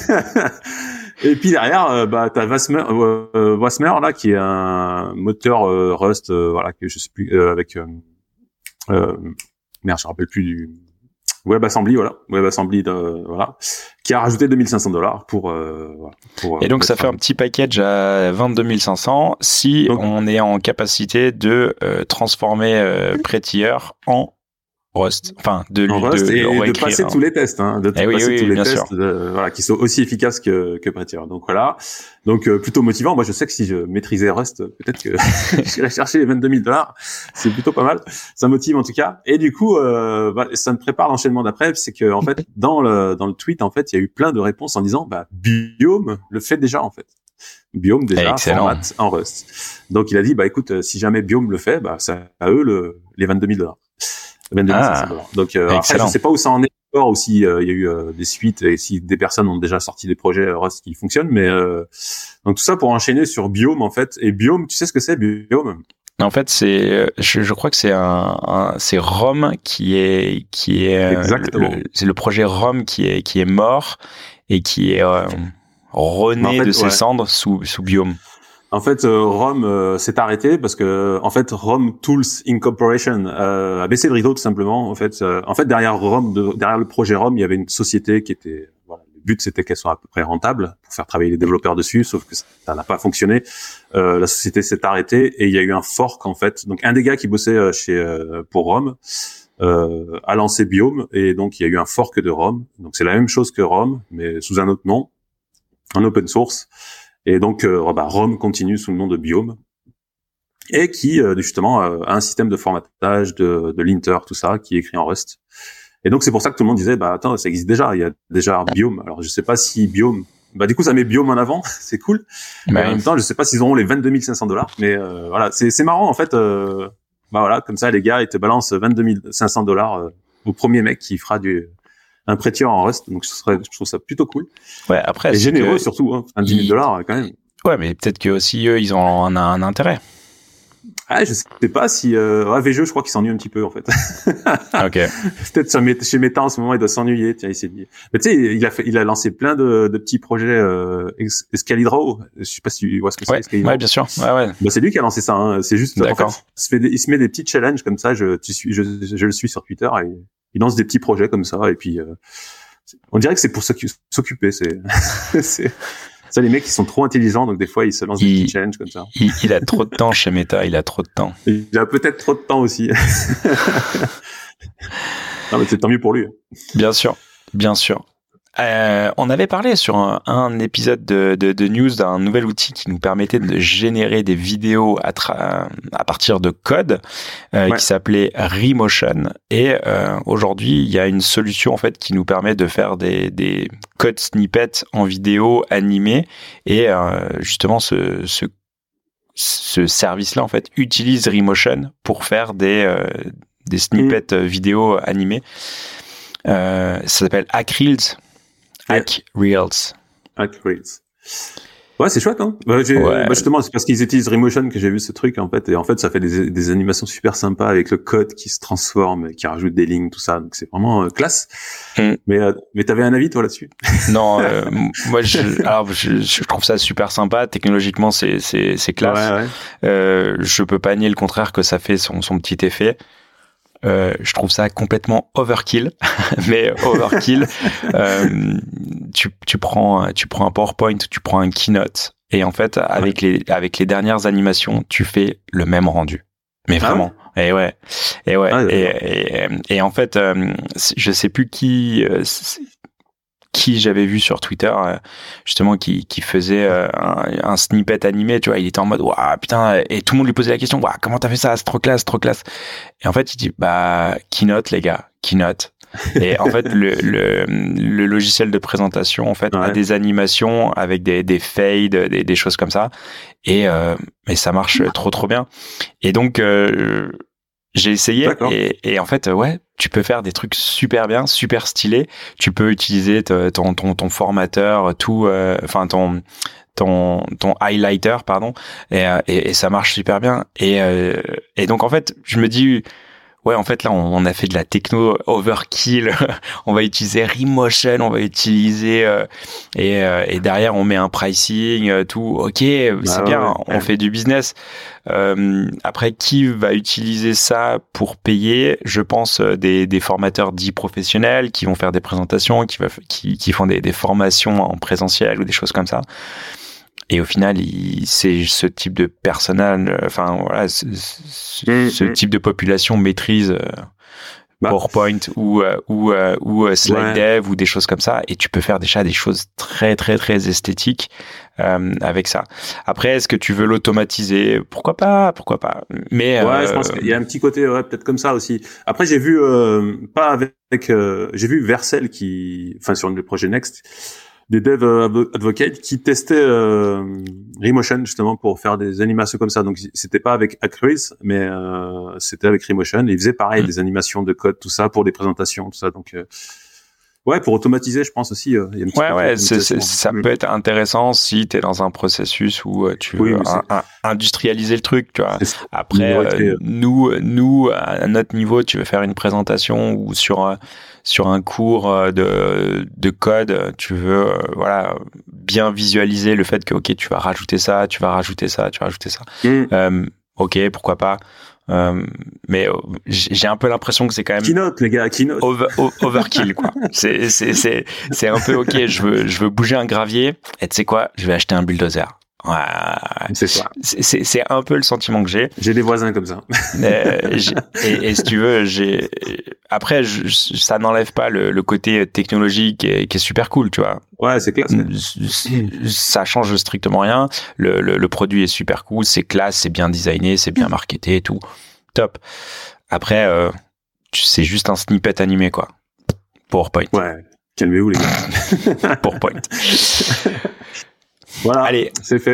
et puis derrière, euh, bah t'as Wasmer, euh, Wasmer là qui est un moteur euh, Rust, euh, voilà que je sais plus euh, avec euh, euh, merde, je me rappelle plus du WebAssembly, voilà, WebAssembly, de, voilà, qui a rajouté deux mille cinq cents dollars pour, euh, voilà, pour. Et donc ça fait un petit package à vingt-deux mille cinq cents si donc, on est en capacité de euh, transformer euh, Prettier en Rust, enfin de lui Rust de, et de, de passer hein. tous les tests, hein, de eh oui, passer oui, tous oui, les bien tests, sûr. de, voilà, qui sont aussi efficaces que que Prettier. Donc voilà, donc euh, plutôt motivant. Moi, je sais que si je maîtrisais Rust, peut-être que j'irais chercher les vingt-deux mille dollars. C'est plutôt pas mal. Ça motive en tout cas. Et du coup, euh, bah, ça me prépare l'enchaînement d'après. C'est que en fait, dans le dans le tweet, en fait, il y a eu plein de réponses en disant, bah Biome le fait déjà en fait. Biome déjà format en Rust. Donc il a dit, bah écoute, si jamais Biome le fait, bah c'est à eux le les vingt-deux mille dollars. vingt-deux mille cinq cents dollars. Donc euh, après, je sais pas où ça en est encore, ou si euh, il y a eu euh, des suites et si des personnes ont déjà sorti des projets euh, Rust qui fonctionnent, mais euh, donc tout ça pour enchaîner sur Biome en fait. Et Biome, tu sais ce que c'est Biome? En fait, c'est, je, je crois que c'est un, un c'est Rome qui est qui est exactement. Le, c'est le projet Rome qui est qui est mort et qui est euh, rené en fait, de ses ouais. cendres sous sous Biome. En fait, euh, Rome euh, s'est arrêté parce que, en fait, Rome Tools Incorporation euh, a baissé le rideau tout simplement. En fait, euh, en fait, derrière Rome, de, derrière le projet Rome, il y avait une société qui était, voilà, le but c'était qu'elle soit à peu près rentable pour faire travailler les développeurs dessus, sauf que ça n'a pas fonctionné. Euh, la société s'est arrêtée et il y a eu un fork en fait. Donc, un des gars qui bossait chez euh, pour Rome euh, a lancé Biome et donc il y a eu un fork de Rome. Donc, c'est la même chose que Rome, mais sous un autre nom, en open source. Et donc, euh, bah, Rome continue sous le nom de Biome et qui, euh, justement, euh, a un système de formatage, de, de linter, tout ça, qui est écrit en Rust. Et donc, c'est pour ça que tout le monde disait, bah attends, ça existe déjà, il y a déjà Biome. Alors, je sais pas si Biome... Bah du coup, ça met Biome en avant, c'est cool. Mais ouais. En même temps, je sais pas s'ils auront les vingt-deux mille cinq cents dollars, mais euh, voilà, c'est, c'est marrant, en fait. Euh, bah voilà, comme ça, les gars, ils te balancent vingt-deux mille cinq cents dollars euh, au premier mec qui fera du... un Prettier en Rust, donc ce serait, je trouve ça plutôt cool. Ouais, après, et généreux que surtout, hein, dix mille dollars quand même. Ouais, mais peut-être que aussi eux, ils ont un, un intérêt. Ah, je sais pas si euh, ouais, Vjeux, je crois qu'il s'ennuie un petit peu en fait. Ok. Peut-être chez Meta en ce moment, il doit s'ennuyer. Tiens, il s'est dit. Mais tu sais, il a fait, il a lancé plein de, de petits projets euh, Escalidrao. Je sais pas si tu vois ce que c'est. Ouais, Escalidrao. Ouais, bien sûr. Ouais, ouais. Bah, c'est lui qui a lancé ça. Hein. C'est juste. D'accord. En fait, il se, fait des, il se met des petits challenges comme ça. Je, tu suis, je, je le suis sur Twitter et il lance des petits projets comme ça et puis. Euh, on dirait que c'est pour s'occuper. C'est. c'est... Ça, les mecs, ils sont trop intelligents, donc des fois, ils se lancent il, des petits challenges comme ça. Il, il a trop de temps chez Meta, il a trop de temps. Il a peut-être trop de temps aussi. Non, mais c'est tant mieux pour lui. Bien sûr, bien sûr. Euh, on avait parlé sur un, un épisode de, de, de news d'un nouvel outil qui nous permettait de générer des vidéos à, tra- à partir de code euh, ouais. qui s'appelait Remotion. Et euh, aujourd'hui, il y a une solution en fait qui nous permet de faire des, des code snippets en vidéo animés. Et euh, justement, ce, ce, ce service-là en fait utilise Remotion pour faire des, euh, des snippets mmh. vidéo animés. Euh, ça s'appelle Hackreels. Hack Reels. Hack Reels. Ouais, c'est chouette, hein. Bah, j'ai, ouais. bah, justement, c'est parce qu'ils utilisent Remotion que j'ai vu ce truc, en fait. Et en fait, ça fait des, des animations super sympas avec le code qui se transforme, qui rajoute des lignes, tout ça. Donc, c'est vraiment euh, classe. Mm. Mais, euh, mais t'avais un avis, toi, là-dessus? Non, euh, moi, je, alors, je, je trouve ça super sympa. Technologiquement, c'est, c'est, c'est classe. Ouais, ouais. Euh, je peux pas nier le contraire que ça fait son, son petit effet. Euh, je trouve ça complètement overkill, mais overkill. euh, tu, tu prends, tu prends un PowerPoint, tu prends un Keynote, et en fait, avec ouais. les, avec les dernières animations, tu fais le même rendu. Mais vraiment. Ah ouais. Et ouais. Et ouais. Ah, et, et, et en fait, euh, je sais plus qui. Euh, qui j'avais vu sur Twitter, euh, justement, qui, qui faisait euh, un, un snippet animé, tu vois, il était en mode, waouh, putain, et tout le monde lui posait la question, waouh, comment t'as fait ça? C'est trop classe, trop classe. Et en fait, il dit, bah, Keynote, les gars, Keynote. Et en fait, le, le, le logiciel de présentation, en fait, ouais. a des animations avec des, des fades, des, des choses comme ça. Et, euh, et ça marche trop, trop bien. Et donc, euh, j'ai essayé et, et en fait, ouais, tu peux faire des trucs super bien, super stylés. Tu peux utiliser ton, ton, ton formateur, tout, euh, enfin, ton, ton, ton highlighter, pardon, et, et, et ça marche super bien. Et, euh, et donc, en fait, je me dis, ouais, en fait, là, on, on a fait de la techno overkill. On va utiliser Remotion, on va utiliser euh, et, euh, et derrière, on met un pricing, euh, tout. Ok, bah c'est ouais, bien, ouais. on fait du business. Euh, après, qui va utiliser ça pour payer? Je pense euh, des, des formateurs dits professionnels qui vont faire des présentations, qui, va, qui, qui font des, des formations en présentiel ou des choses comme ça. Et au final, il, c'est ce type de personnel, enfin voilà, ce, ce, ce type de population maîtrise euh, bah. PowerPoint ou euh, ou euh, ou euh, slide ouais. dev ou des choses comme ça. Et tu peux faire déjà des choses très très très esthétiques euh, avec ça. Après, est-ce que tu veux l'automatiser? Pourquoi pas? Pourquoi pas? Mais ouais, euh, je pense qu'il y a un petit côté ouais, peut-être comme ça aussi. Après, j'ai vu euh, pas avec, euh, j'ai vu Vercel qui, enfin sur le projet Next. Des dev advocates qui testaient euh, Remotion justement pour faire des animations comme ça. Donc c'était pas avec Acrois, mais euh, c'était avec Remotion. Et ils faisaient pareil, mmh. des animations de code, tout ça pour des présentations, tout ça. Donc euh, ouais, pour automatiser, je pense aussi. Euh, il y a une petite ouais, ouais, c'est, c'est, ça mmh. peut être intéressant si t'es dans un processus où euh, tu veux oui, un, un, industrialiser le truc, tu vois. Après, euh, nous, nous à notre niveau, tu veux faire une présentation ou sur euh, sur un cours de de code, tu veux euh, voilà bien visualiser le fait que ok, tu vas rajouter ça, tu vas rajouter ça, tu vas rajouter ça. Mmh. Euh, ok, pourquoi pas. Euh, mais euh, j'ai un peu l'impression que c'est quand même keynote les gars keynote over, overkill quoi. c'est c'est c'est c'est un peu ok. Je veux je veux bouger un gravier et tu sais quoi, je vais acheter un bulldozer. Ouais, c'est ça. C'est, c'est c'est un peu le sentiment que j'ai. J'ai des voisins comme ça. euh, et, et si tu veux, j'ai après je, ça n'enlève pas le, le côté technologique qui est, qui est super cool, tu vois. Ouais, c'est classe. Ça change strictement rien. Le, le le produit est super cool, c'est classe, c'est bien designé, c'est bien marketé et tout. Top. Après, euh, c'est juste un snippet animé quoi. PowerPoint. Ouais. Calmez-vous les gars. PowerPoint. Voilà, allez, c'est fait.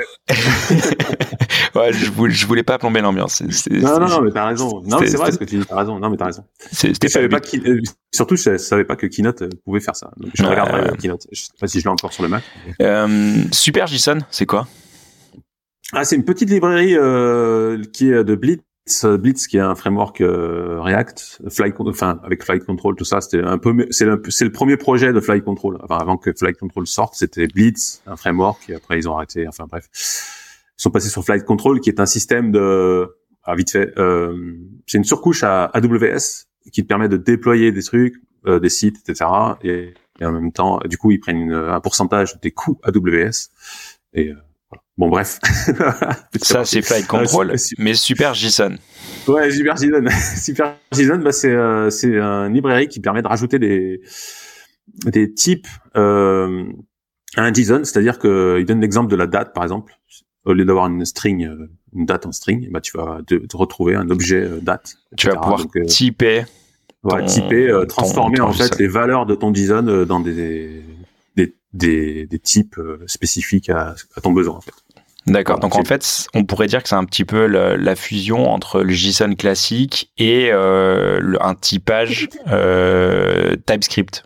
ouais, je voulais, je voulais pas plomber l'ambiance. C'est, c'est, non, non, non, mais t'as raison. Non, mais c'est vrai ce que tu dis. T'as raison. Non, mais t'as raison. C'est, c'était je savais pas qui, euh, surtout, je savais pas que Keynote pouvait faire ça. Donc, je euh, regarderai euh, Keynote. Je sais pas si je l'ai encore sur le Mac. Euh, Super JSON, c'est quoi? Ah, c'est une petite librairie euh, qui est de Blitz. Blitz, qui est un framework euh, React, Flight, enfin avec Flight Control, tout ça, c'était un peu, c'est le, c'est le premier projet de Flight Control. Enfin, avant que Flight Control sorte, c'était Blitz, un framework, et après ils ont arrêté. Enfin bref, ils sont passés sur Flight Control, qui est un système de, ah, vite fait, euh, c'est une surcouche à A W S qui te permet de déployer des trucs, euh, des sites, et cetera. Et, et en même temps, du coup, ils prennent une, un pourcentage des coûts A W S. Et euh, voilà. Bon, bref. Ça, c'est Flight Control, euh, mais Super JSON. Ouais, Super JSON. Super JSON, bah, c'est, euh, c'est une librairie qui permet de rajouter des, des types, euh, à un JSON. C'est-à-dire que, il donne l'exemple de la date, par exemple. Au lieu d'avoir une string, une date en string, bah, tu vas te, te retrouver un objet euh, date. Tu vas pouvoir Donc, euh, typer. Ouais, ton, typer, euh, transformer, ton, ton en fait, JSON. Les valeurs de ton JSON euh, dans des, des, des, des types euh, spécifiques à, à ton besoin, en fait. D'accord. Donc, en fait, on pourrait dire que c'est un petit peu la, la fusion entre le JSON classique et euh, le, un typage euh, TypeScript.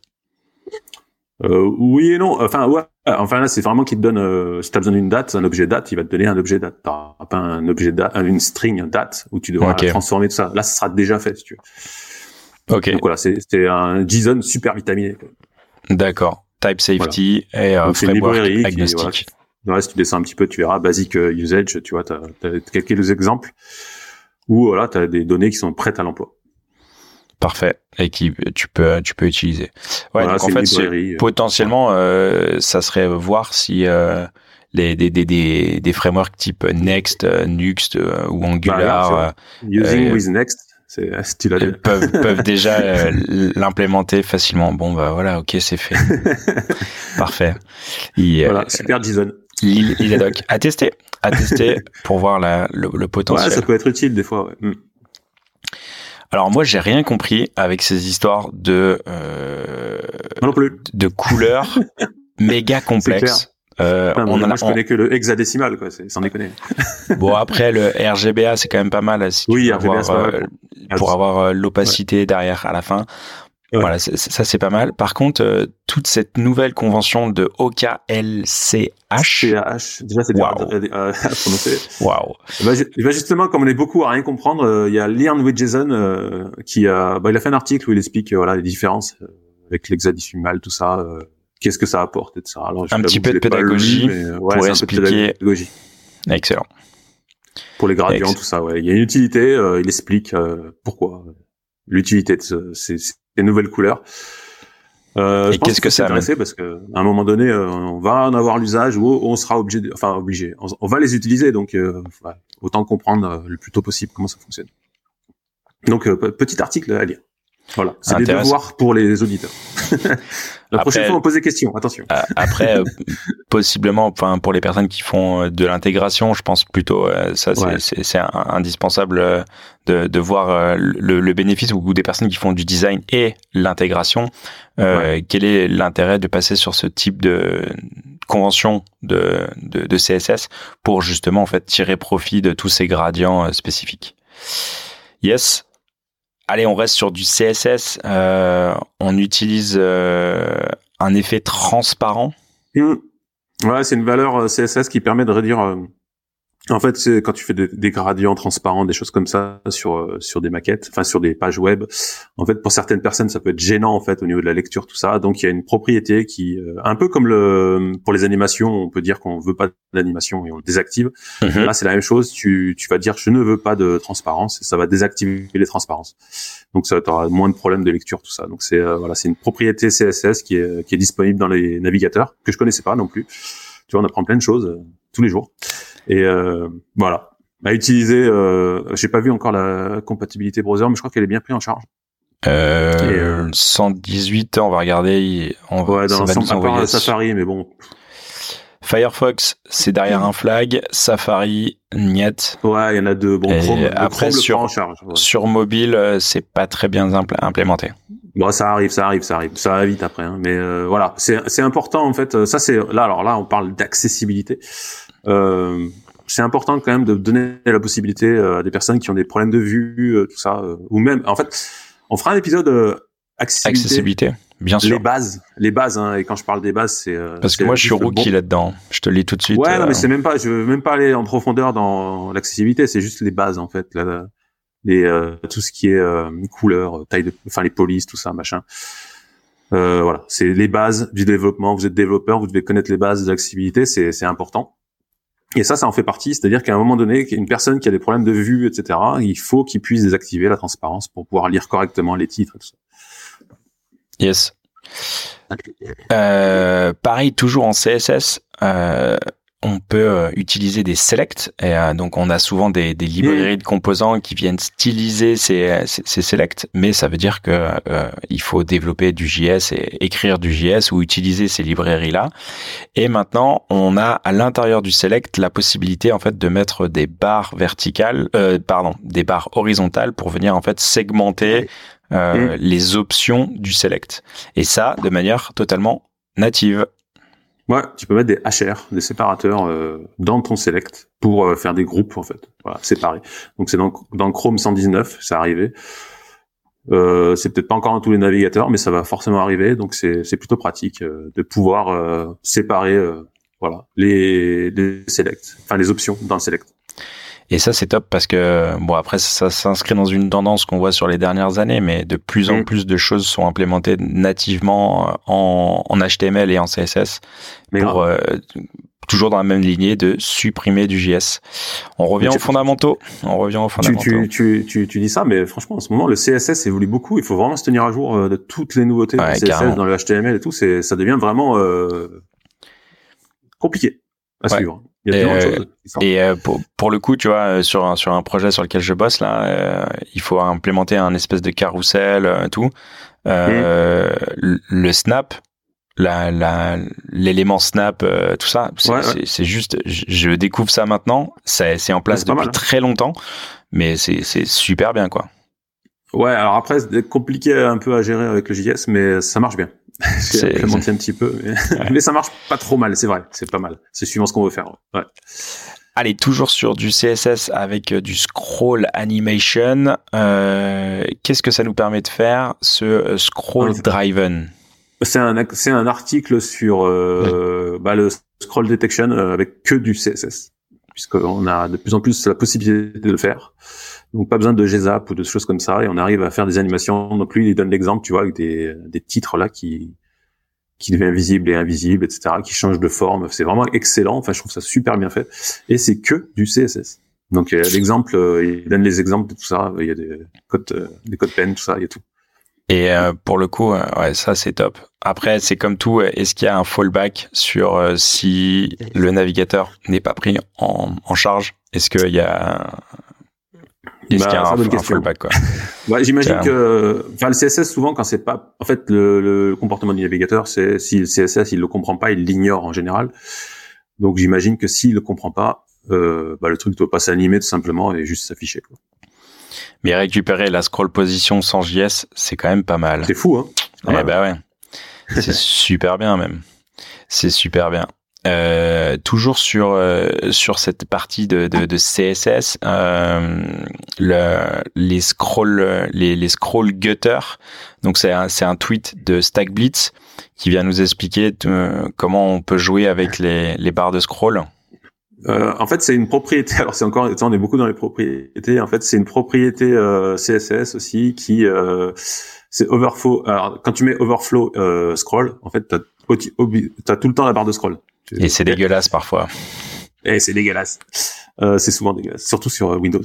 Euh, oui et non. Enfin, ouais. Enfin, là, c'est vraiment qu'il te donne, euh, si t'as besoin d'une date, un objet date, il va te donner un objet date. T'as pas un objet date, une string date où tu devras okay. transformer tout ça. Là, ça sera déjà fait, si tu veux. Ok. Donc voilà, c'est, c'est un JSON super vitaminé. D'accord. Type safety voilà. et euh, framework agnostique. Qui, voilà, ouais, si tu descends un petit peu, tu verras basic usage, tu vois, t'as, t'as quelques exemples où voilà, t'as des données qui sont prêtes à l'emploi. Parfait, et qui tu peux tu peux utiliser. Ouais, voilà, donc en fait, c'est, potentiellement, euh, ça serait voir si euh, les des des des des frameworks type Next, euh, Nuxt euh, ou Angular. Bah, euh, Using euh, with Next, C'est, tu l'as Ils peuvent, peuvent déjà euh, l'implémenter facilement. Bon, bah voilà, ok, c'est fait. Parfait. Il, voilà, euh, super JSON. Il, il est doc. À tester. À tester pour voir la, le, le potentiel. Ouais, ça peut être utile des fois, ouais. Mm. Alors moi, j'ai rien compris avec ces histoires de, euh, non plus. de couleurs méga complexes. Euh, non, on moi, a, je on... connais que le hexadécimal, quoi. C'est, sans déconner. Bon, après, le R G B A, c'est quand même pas mal. Si oui, tu veux R G B A, avoir, c'est pas mal. Euh, pour avoir euh, l'opacité ouais. derrière à la fin. Ouais. Voilà, c'est, ça, c'est pas mal. Par contre, euh, toute cette nouvelle convention de O K L C H. C H, déjà, c'est dur wow. à, à prononcer. Waouh. Bah, bah, justement, comme on est beaucoup à rien comprendre, il euh, y a Learn with JSON euh, qui a, bah, il a fait un article où il explique, euh, voilà, les différences euh, avec l'hexadécimal, tout ça. Euh, Qu'est-ce que ça apporte, et cetera. Alors, un petit peu de pédagogie lu, mais, ouais, pour expliquer. Pédagogie. Excellent. Pour les gradients, Excellent. Tout ça, ouais. Il y a une utilité, euh, il explique euh, pourquoi. L'utilité de ce, ces, ces nouvelles couleurs. Euh, et qu'est-ce que ça amène ? Parce qu'à un moment donné, euh, on va en avoir l'usage ou on sera obligé, de, enfin obligé, on, on va les utiliser, donc euh, ouais, autant comprendre euh, le plus tôt possible comment ça fonctionne. Donc, euh, petit article à lire. Voilà, c'est des devoirs pour les auditeurs. La après, prochaine fois, on pose des questions. Attention. Après, euh, possiblement, enfin, pour les personnes qui font de l'intégration, je pense plutôt, euh, ça, c'est, ouais. c'est, c'est indispensable de, de voir le, le bénéfice ou des personnes qui font du design et l'intégration. Euh, ouais. Quel est l'intérêt de passer sur ce type de convention de, de, de C S S pour justement en fait tirer profit de tous ces gradients spécifiques. Yes. Allez, on reste sur du C S S. Euh, on utilise euh, un effet transparent. Mmh. Ouais, c'est une valeur C S S qui permet de réduire. Euh, en fait, c'est quand tu fais des, des gradients transparents, des choses comme ça sur euh, sur des maquettes, enfin sur des pages web. En fait, pour certaines personnes, ça peut être gênant en fait au niveau de la lecture, tout ça. Donc, il y a une propriété qui, euh, un peu comme le pour les animations, on peut dire qu'on veut pas d'animation et on le désactive. Mmh. Là, c'est la même chose. Tu tu vas dire je ne veux pas de transparence et ça va désactiver les transparences. Donc, ça t'aura moins de problèmes de lecture, tout ça. Donc, c'est euh, voilà, c'est une propriété C S S qui est qui est disponible dans les navigateurs que je connaissais pas non plus. Tu vois, on apprend plein de choses euh, tous les jours. Et euh, voilà, à utiliser. Euh, j'ai pas vu encore la compatibilité browser, mais je crois qu'elle est bien prise en charge. Euh, Et euh, cent dix-huit, on va regarder. On ouais, dans l'ensemble, à part Safari, mais bon. Firefox, c'est derrière un flag. Safari, niet. Ouais, il y en a deux. Bon, Chrome, après Chrome sur le prend en charge. Ouais. Sur mobile, c'est pas très bien impl- implémenté. Bon, ça arrive, ça arrive, ça arrive, ça va vite après. Hein. Mais euh, voilà, c'est c'est important en fait. Ça c'est là, alors là, on parle d'accessibilité. Euh, c'est important quand même de donner la possibilité euh, à des personnes qui ont des problèmes de vue, euh, tout ça, euh, ou même, en fait, on fera un épisode euh, accessibilité. Accessibilité, bien sûr. Les bases, les bases. Hein, et quand je parle des bases, c'est euh, parce que c'est moi je suis rookie bon. là-dedans. Je te le lis tout de suite. Ouais, euh... non, mais c'est même pas, je veux même pas aller en profondeur dans l'accessibilité. C'est juste les bases en fait, là, les euh, tout ce qui est euh, couleur, taille de, enfin les polices, tout ça, machin. Euh, voilà, c'est les bases du développement. Vous êtes développeur, vous devez connaître les bases de l'accessibilité, c'est c'est important. Et ça, ça en fait partie, c'est-à-dire qu'à un moment donné, une personne qui a des problèmes de vue, et cetera, il faut qu'il puisse désactiver la transparence pour pouvoir lire correctement les titres et tout ça. Yes. Euh, pareil, toujours en C S S, euh, on peut euh, utiliser des selects. Et euh, donc, on a souvent des, des librairies de composants qui viennent styliser ces, ces, ces selects, mais ça veut dire que euh, il faut développer du J S et écrire du J S ou utiliser ces librairies-là. Et maintenant, on a à l'intérieur du select la possibilité en fait de mettre des barres verticales, euh, pardon, des barres horizontales pour venir en fait segmenter euh, mmh. les options du select. Et ça, de manière totalement native. Ouais, tu peux mettre des H R, des séparateurs euh, dans ton select pour euh, faire des groupes en fait, voilà, séparés. Donc c'est dans, dans Chrome cent dix-neuf, c'est arrivé. Euh, c'est peut-être pas encore dans tous les navigateurs, mais ça va forcément arriver. Donc c'est c'est plutôt pratique euh, de pouvoir euh, séparer euh, voilà les les selects, enfin les options dans le select. Et ça, c'est top parce que, bon, après, ça, ça s'inscrit dans une tendance qu'on voit sur les dernières années, mais de plus en mmh. plus de choses sont implémentées nativement en, en H T M L et en C S S mais pour, euh, toujours dans la même lignée de supprimer du J S. On revient aux fondamentaux. On revient aux fondamentaux. Tu, tu, tu, tu dis ça, mais franchement, en ce moment, le C S S évolue beaucoup. Il faut vraiment se tenir à jour de toutes les nouveautés ouais, du C S S carrément. Dans le H T M L et tout. C'est, ça devient vraiment, euh, compliqué à ouais. suivre. Il y a et, tellement de euh, choses qui sortent. et euh, pour, pour le coup, tu vois, sur un, sur un projet sur lequel je bosse là, euh, il faut implémenter un espèce de carrousel, euh, tout. Euh, mmh. Le snap, la, la, l'élément snap, euh, tout ça, c'est, ouais, c'est, ouais. c'est juste, je, je découvre ça maintenant. C'est, c'est en place c'est depuis mal, hein. très longtemps, mais c'est, c'est super bien, quoi. Ouais, alors après, c'est compliqué un peu à gérer avec le J S, mais ça marche bien. J'ai implémenté un petit peu, mais... Ouais. mais ça marche pas trop mal, c'est vrai, c'est pas mal. C'est suivant ce qu'on veut faire. Ouais. Allez, toujours sur du C S S avec du scroll animation. Euh, qu'est-ce que ça nous permet de faire, ce scroll driven? C'est un, c'est un article sur euh, ouais. bah, le scroll detection avec que du C S S, puisqu'on a de plus en plus la possibilité de le faire. Donc pas besoin de G Z A P ou de choses comme ça, et on arrive à faire des animations. Donc lui, il donne l'exemple, tu vois, avec des, des titres là qui qui deviennent visibles et invisibles, et cetera, qui changent de forme. C'est vraiment excellent. Enfin, je trouve ça super bien fait. Et c'est que du C S S. Donc il y a l'exemple, il donne les exemples de tout ça. Il y a des codes, des codes pen, tout ça, il y a tout. Et euh, pour le coup, euh, ouais, ça c'est top. Après, c'est comme tout, est-ce qu'il y a un fallback sur euh, si le navigateur n'est pas pris en, en charge? Est-ce qu'il y a Est-ce bah, qu'il y a un, un fallback, quoi? Ouais, j'imagine Tiens. que, enfin, le C S S, souvent, quand c'est pas, en fait, le, le comportement du navigateur, c'est, si le C S S, il le comprend pas, il l'ignore en général. Donc, j'imagine que s'il le comprend pas, euh, bah, le truc doit pas s'animer, tout simplement, et juste s'afficher, quoi. Mais récupérer la scroll position sans J S, c'est quand même pas mal. C'est fou, hein? Eh ben bah ouais. C'est super bien, même. C'est super bien. Euh, toujours sur euh, sur cette partie de de, de C S S, euh, le, les scroll les les scroll gutters. Donc c'est un c'est un tweet de StackBlitz qui vient nous expliquer euh, comment on peut jouer avec les les barres de scroll. Euh, en fait, c'est une propriété. Alors, c'est encore, on est beaucoup dans les propriétés. En fait, c'est une propriété euh, C S S aussi qui, euh, c'est overflow. Alors, quand tu mets overflow euh, scroll, en fait, t'as, t'as tout le temps la barre de scroll. Et c'est dégueulasse parfois. Et c'est dégueulasse. Euh, c'est souvent dégueulasse, surtout sur Windows.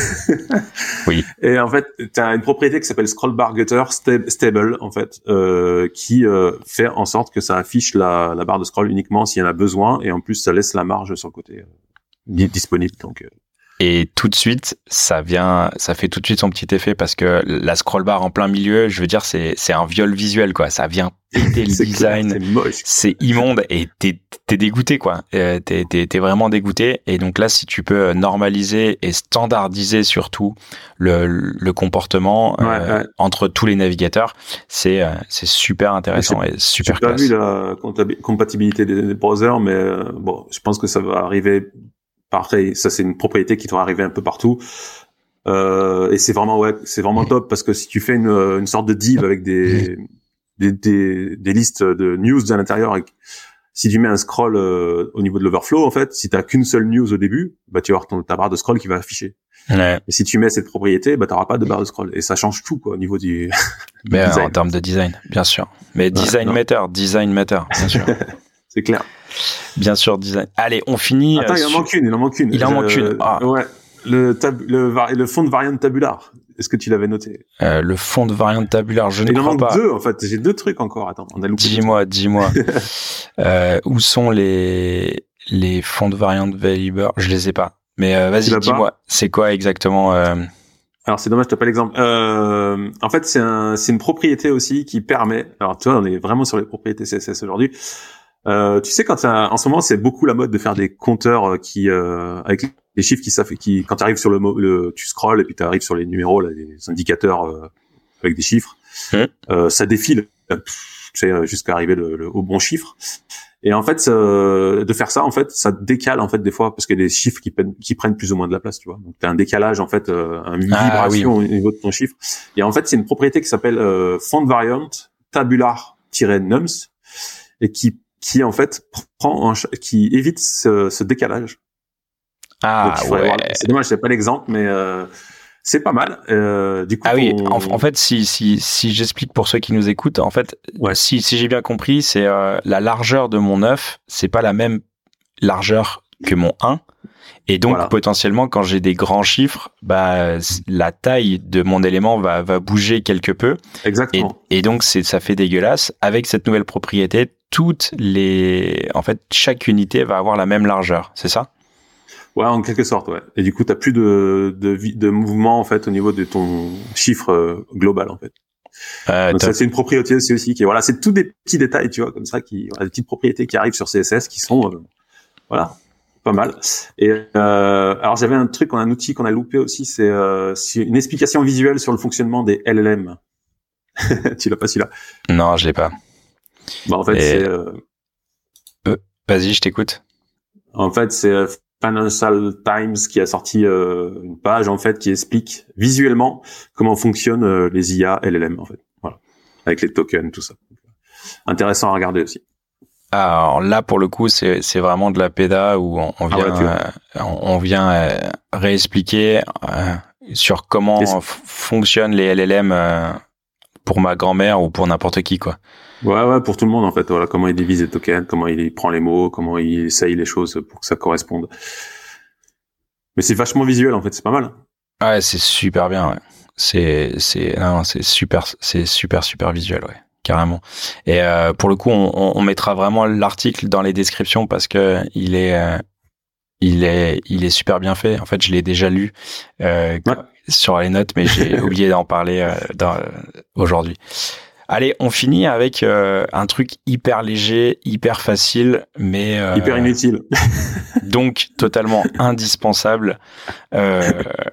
Oui. Et en fait, t'as une propriété qui s'appelle scroll bar gutter stable, en fait, euh, qui euh, fait en sorte que ça affiche la, la barre de scroll uniquement s'il y en a besoin, et en plus, ça laisse la marge sur le côté euh, disponible. Donc. Euh, Et tout de suite, ça vient, ça fait tout de suite son petit effet parce que la scroll bar en plein milieu, je veux dire, c'est c'est un viol visuel, quoi. Ça vient péter le design. Clair, c'est moche. C'est immonde et t'es t'es dégoûté, quoi. Euh, t'es t'es t'es vraiment dégoûté. Et donc là, si tu peux normaliser et standardiser surtout le le comportement ouais, euh, ouais. entre tous les navigateurs, c'est c'est super intéressant et super J'ai pas classe. vu la compatibilité des, des browsers, mais euh, bon, je pense que ça va arriver. Pareil, ça c'est une propriété qui doit arriver un peu partout. Euh, et c'est vraiment ouais, c'est vraiment top parce que si tu fais une, une sorte de div avec des des, des, des listes de news à l'intérieur, et si tu mets un scroll euh, au niveau de l'overflow, en fait, si t'as qu'une seule news au début, bah tu vas avoir ton, ta barre de scroll qui va afficher. Ouais. Et si tu mets cette propriété, bah t'auras pas de barre de scroll et ça change tout quoi au niveau du. du Mais design. En termes de design, bien sûr. Mais design ouais, matter, design matter, bien sûr. C'est clair. Bien sûr, design. Allez, on finit. Attends, euh, il en sur... manque une, il en manque une. Il en Je, manque une. Ah. Ouais. Le, tab, le, le fond de variante tabulaire. Est-ce que tu l'avais noté? euh, Le fond de variante tabulaire, je ne crois pas. Il en manque deux, en fait. J'ai deux trucs encore. Attends, on a loupé. Dis-moi, dis-moi. euh, où sont les les fonds de variante valideur? Je les ai pas. Mais euh, vas-y, dis-moi. C'est quoi exactement euh... Alors c'est dommage, t'as pas l'exemple. Euh, en fait, c'est un, c'est une propriété aussi qui permet. Alors tu vois, on est vraiment sur les propriétés C S S aujourd'hui. Euh, tu sais, quand en ce moment, c'est beaucoup la mode de faire des compteurs qui, euh, avec les chiffres qui savent, qui, quand tu arrives sur le, le, tu scrolls et puis tu arrives sur les numéros, là, les indicateurs euh, avec des chiffres, mmh. euh, ça défile, tu sais, jusqu'à arriver le, le, au bon chiffre. Et en fait, euh, de faire ça, en fait, ça décale en fait des fois parce qu'il y a des chiffres qui prennent, qui prennent plus ou moins de la place, tu vois. Donc t'as un décalage en fait, euh, une vibration ah, oui. au niveau de ton chiffre. Et en fait, c'est une propriété qui s'appelle euh, font variant tabular-nums et qui qui en fait prend en, qui évite ce, ce décalage. Ah Donc, ouais. Voir, c'est dommage, j'ai pas l'exemple, mais euh, c'est pas mal. Euh, du coup, ah oui. On... En, en fait, si si si j'explique pour ceux qui nous écoutent, en fait, ouais. si si j'ai bien compris, c'est euh, la largeur de mon œuf, c'est pas la même largeur que mon un. Et donc, Voilà. potentiellement, quand j'ai des grands chiffres, bah, la taille de mon élément va, va bouger quelque peu. Et, Exactement. et donc, c'est, ça fait dégueulasse. Avec cette nouvelle propriété, toutes les, en fait, chaque unité va avoir la même largeur. C'est ça? Ouais, en quelque sorte, ouais. Et du coup, t'as plus de, de, vi- de mouvement, en fait, au niveau de ton chiffre euh, global, en fait. Euh, Donc top. ça, c'est une propriété aussi, aussi qui est, voilà, c'est tous des petits détails, tu vois, comme ça, qui, voilà, des petites propriétés qui arrivent sur C S S qui sont, euh, voilà, pas mal. Et, euh, alors j'avais un truc, un outil qu'on a loupé aussi, c'est, euh, c'est une explication visuelle sur le fonctionnement des L L M. Tu l'as pas celui-là? Non, je l'ai pas. Bah, en fait, Et- c'est, euh, Euh, vas-y, je t'écoute. en fait, c'est euh, Financial Times qui a sorti euh, une page en fait qui explique visuellement comment fonctionnent euh, les I A L L M en fait, voilà, avec les tokens, tout ça. Intéressant à regarder aussi. Alors là, pour le coup, c'est, c'est vraiment de la péda où on, on vient, Ah ouais, tu vois. euh, on, on vient euh, réexpliquer euh, sur comment Et c'est- f- fonctionnent les L L M euh, pour ma grand-mère ou pour n'importe qui, quoi. Ouais, ouais, pour tout le monde en fait. Voilà, comment il divise les tokens, comment il prend les mots, comment il essaye les choses pour que ça corresponde. Mais c'est vachement visuel en fait, c'est pas mal. Ouais, c'est super bien, ouais. C'est, c'est, non, c'est super, c'est super, super visuel, ouais. Carrément. Et euh, pour le coup, on, on, on mettra vraiment l'article dans les descriptions parce que il est, euh, il est, il est super bien fait. En fait, je l'ai déjà lu euh, Ouais. sur les notes, mais j'ai oublié d'en parler euh, dans, euh, aujourd'hui. Allez, on finit avec euh, un truc hyper léger, hyper facile, mais euh, Hyper inutile. donc totalement indispensable. Euh,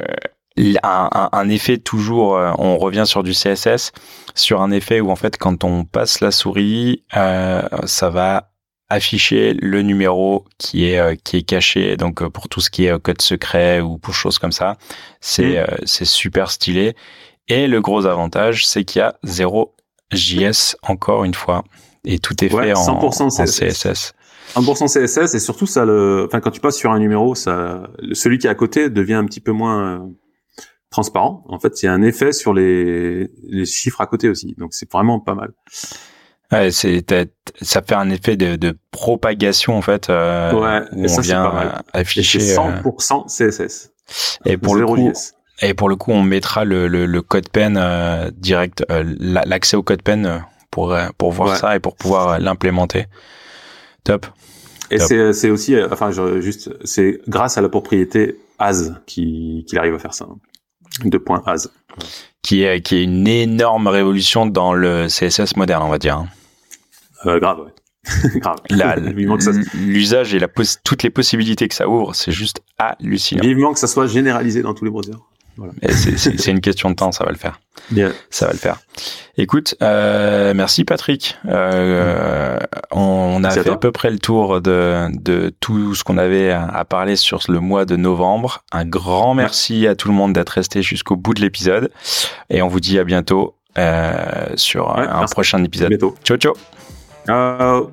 un, un, un effet toujours, euh, on revient sur du C S S, sur un effet où en fait quand on passe la souris, euh, ça va afficher le numéro qui est euh, qui est caché. Donc euh, pour tout ce qui est euh, code secret ou pour choses comme ça, c'est Mmh. euh, c'est super stylé. Et le gros avantage, c'est qu'il y a zéro J S encore une fois, et tout est Ouais, fait en, cent pour cent en C S S. C S S. cent pour cent C S S et surtout ça le, enfin quand tu passes sur un numéro, ça, celui qui est à côté devient un petit peu moins euh, transparent. En fait, il y a un effet sur les les chiffres à côté aussi, donc c'est vraiment pas mal. Ouais, c'est t'as- ça fait un effet de, de propagation en fait, euh, Ouais, où et ça, on c'est vient pas mal. euh, Et afficher. c'est euh, cent pour cent C S S. et pour le Zéro coup, J S. et pour le coup, on mettra le le, le code pen euh, direct, euh, la- l'accès au code pen euh, pour euh, pour voir Ouais. ça et pour pouvoir euh, l'implémenter. Top. Et Top. c'est c'est aussi, euh, enfin, je, juste, c'est grâce à la propriété as qui qu'il arrive à faire ça. Deux points as. Qui est qui est une énorme révolution dans le C S S moderne, on va dire. Euh, grave, ouais. grave. Là, vivement que ça, l'usage et la poss- toutes les possibilités que ça ouvre, c'est juste hallucinant. vivement que ça soit généralisé dans tous les browsers. Voilà. Et C'est c'est- c'est une question de temps, ça va le faire. Bien. Ça va le faire. Écoute, euh, merci Patrick. Euh, on, on a Merci à fait toi. à peu près le tour de, de tout ce qu'on avait à, à parler sur le mois de novembre. Un grand merci à tout le monde d'être resté jusqu'au bout de l'épisode. Et on vous dit à bientôt euh, sur Ouais, un merci. prochain À épisode. bientôt. Ciao, ciao. Ciao.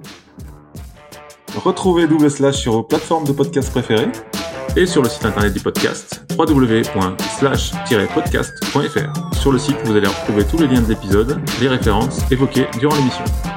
Retrouvez Double Slash sur vos plateformes de podcast préférées et sur le site internet du podcast w w w point slash tiret podcast point f r. Sur le site, vous allez retrouver tous les liens de l'épisode, les références évoquées durant l'émission.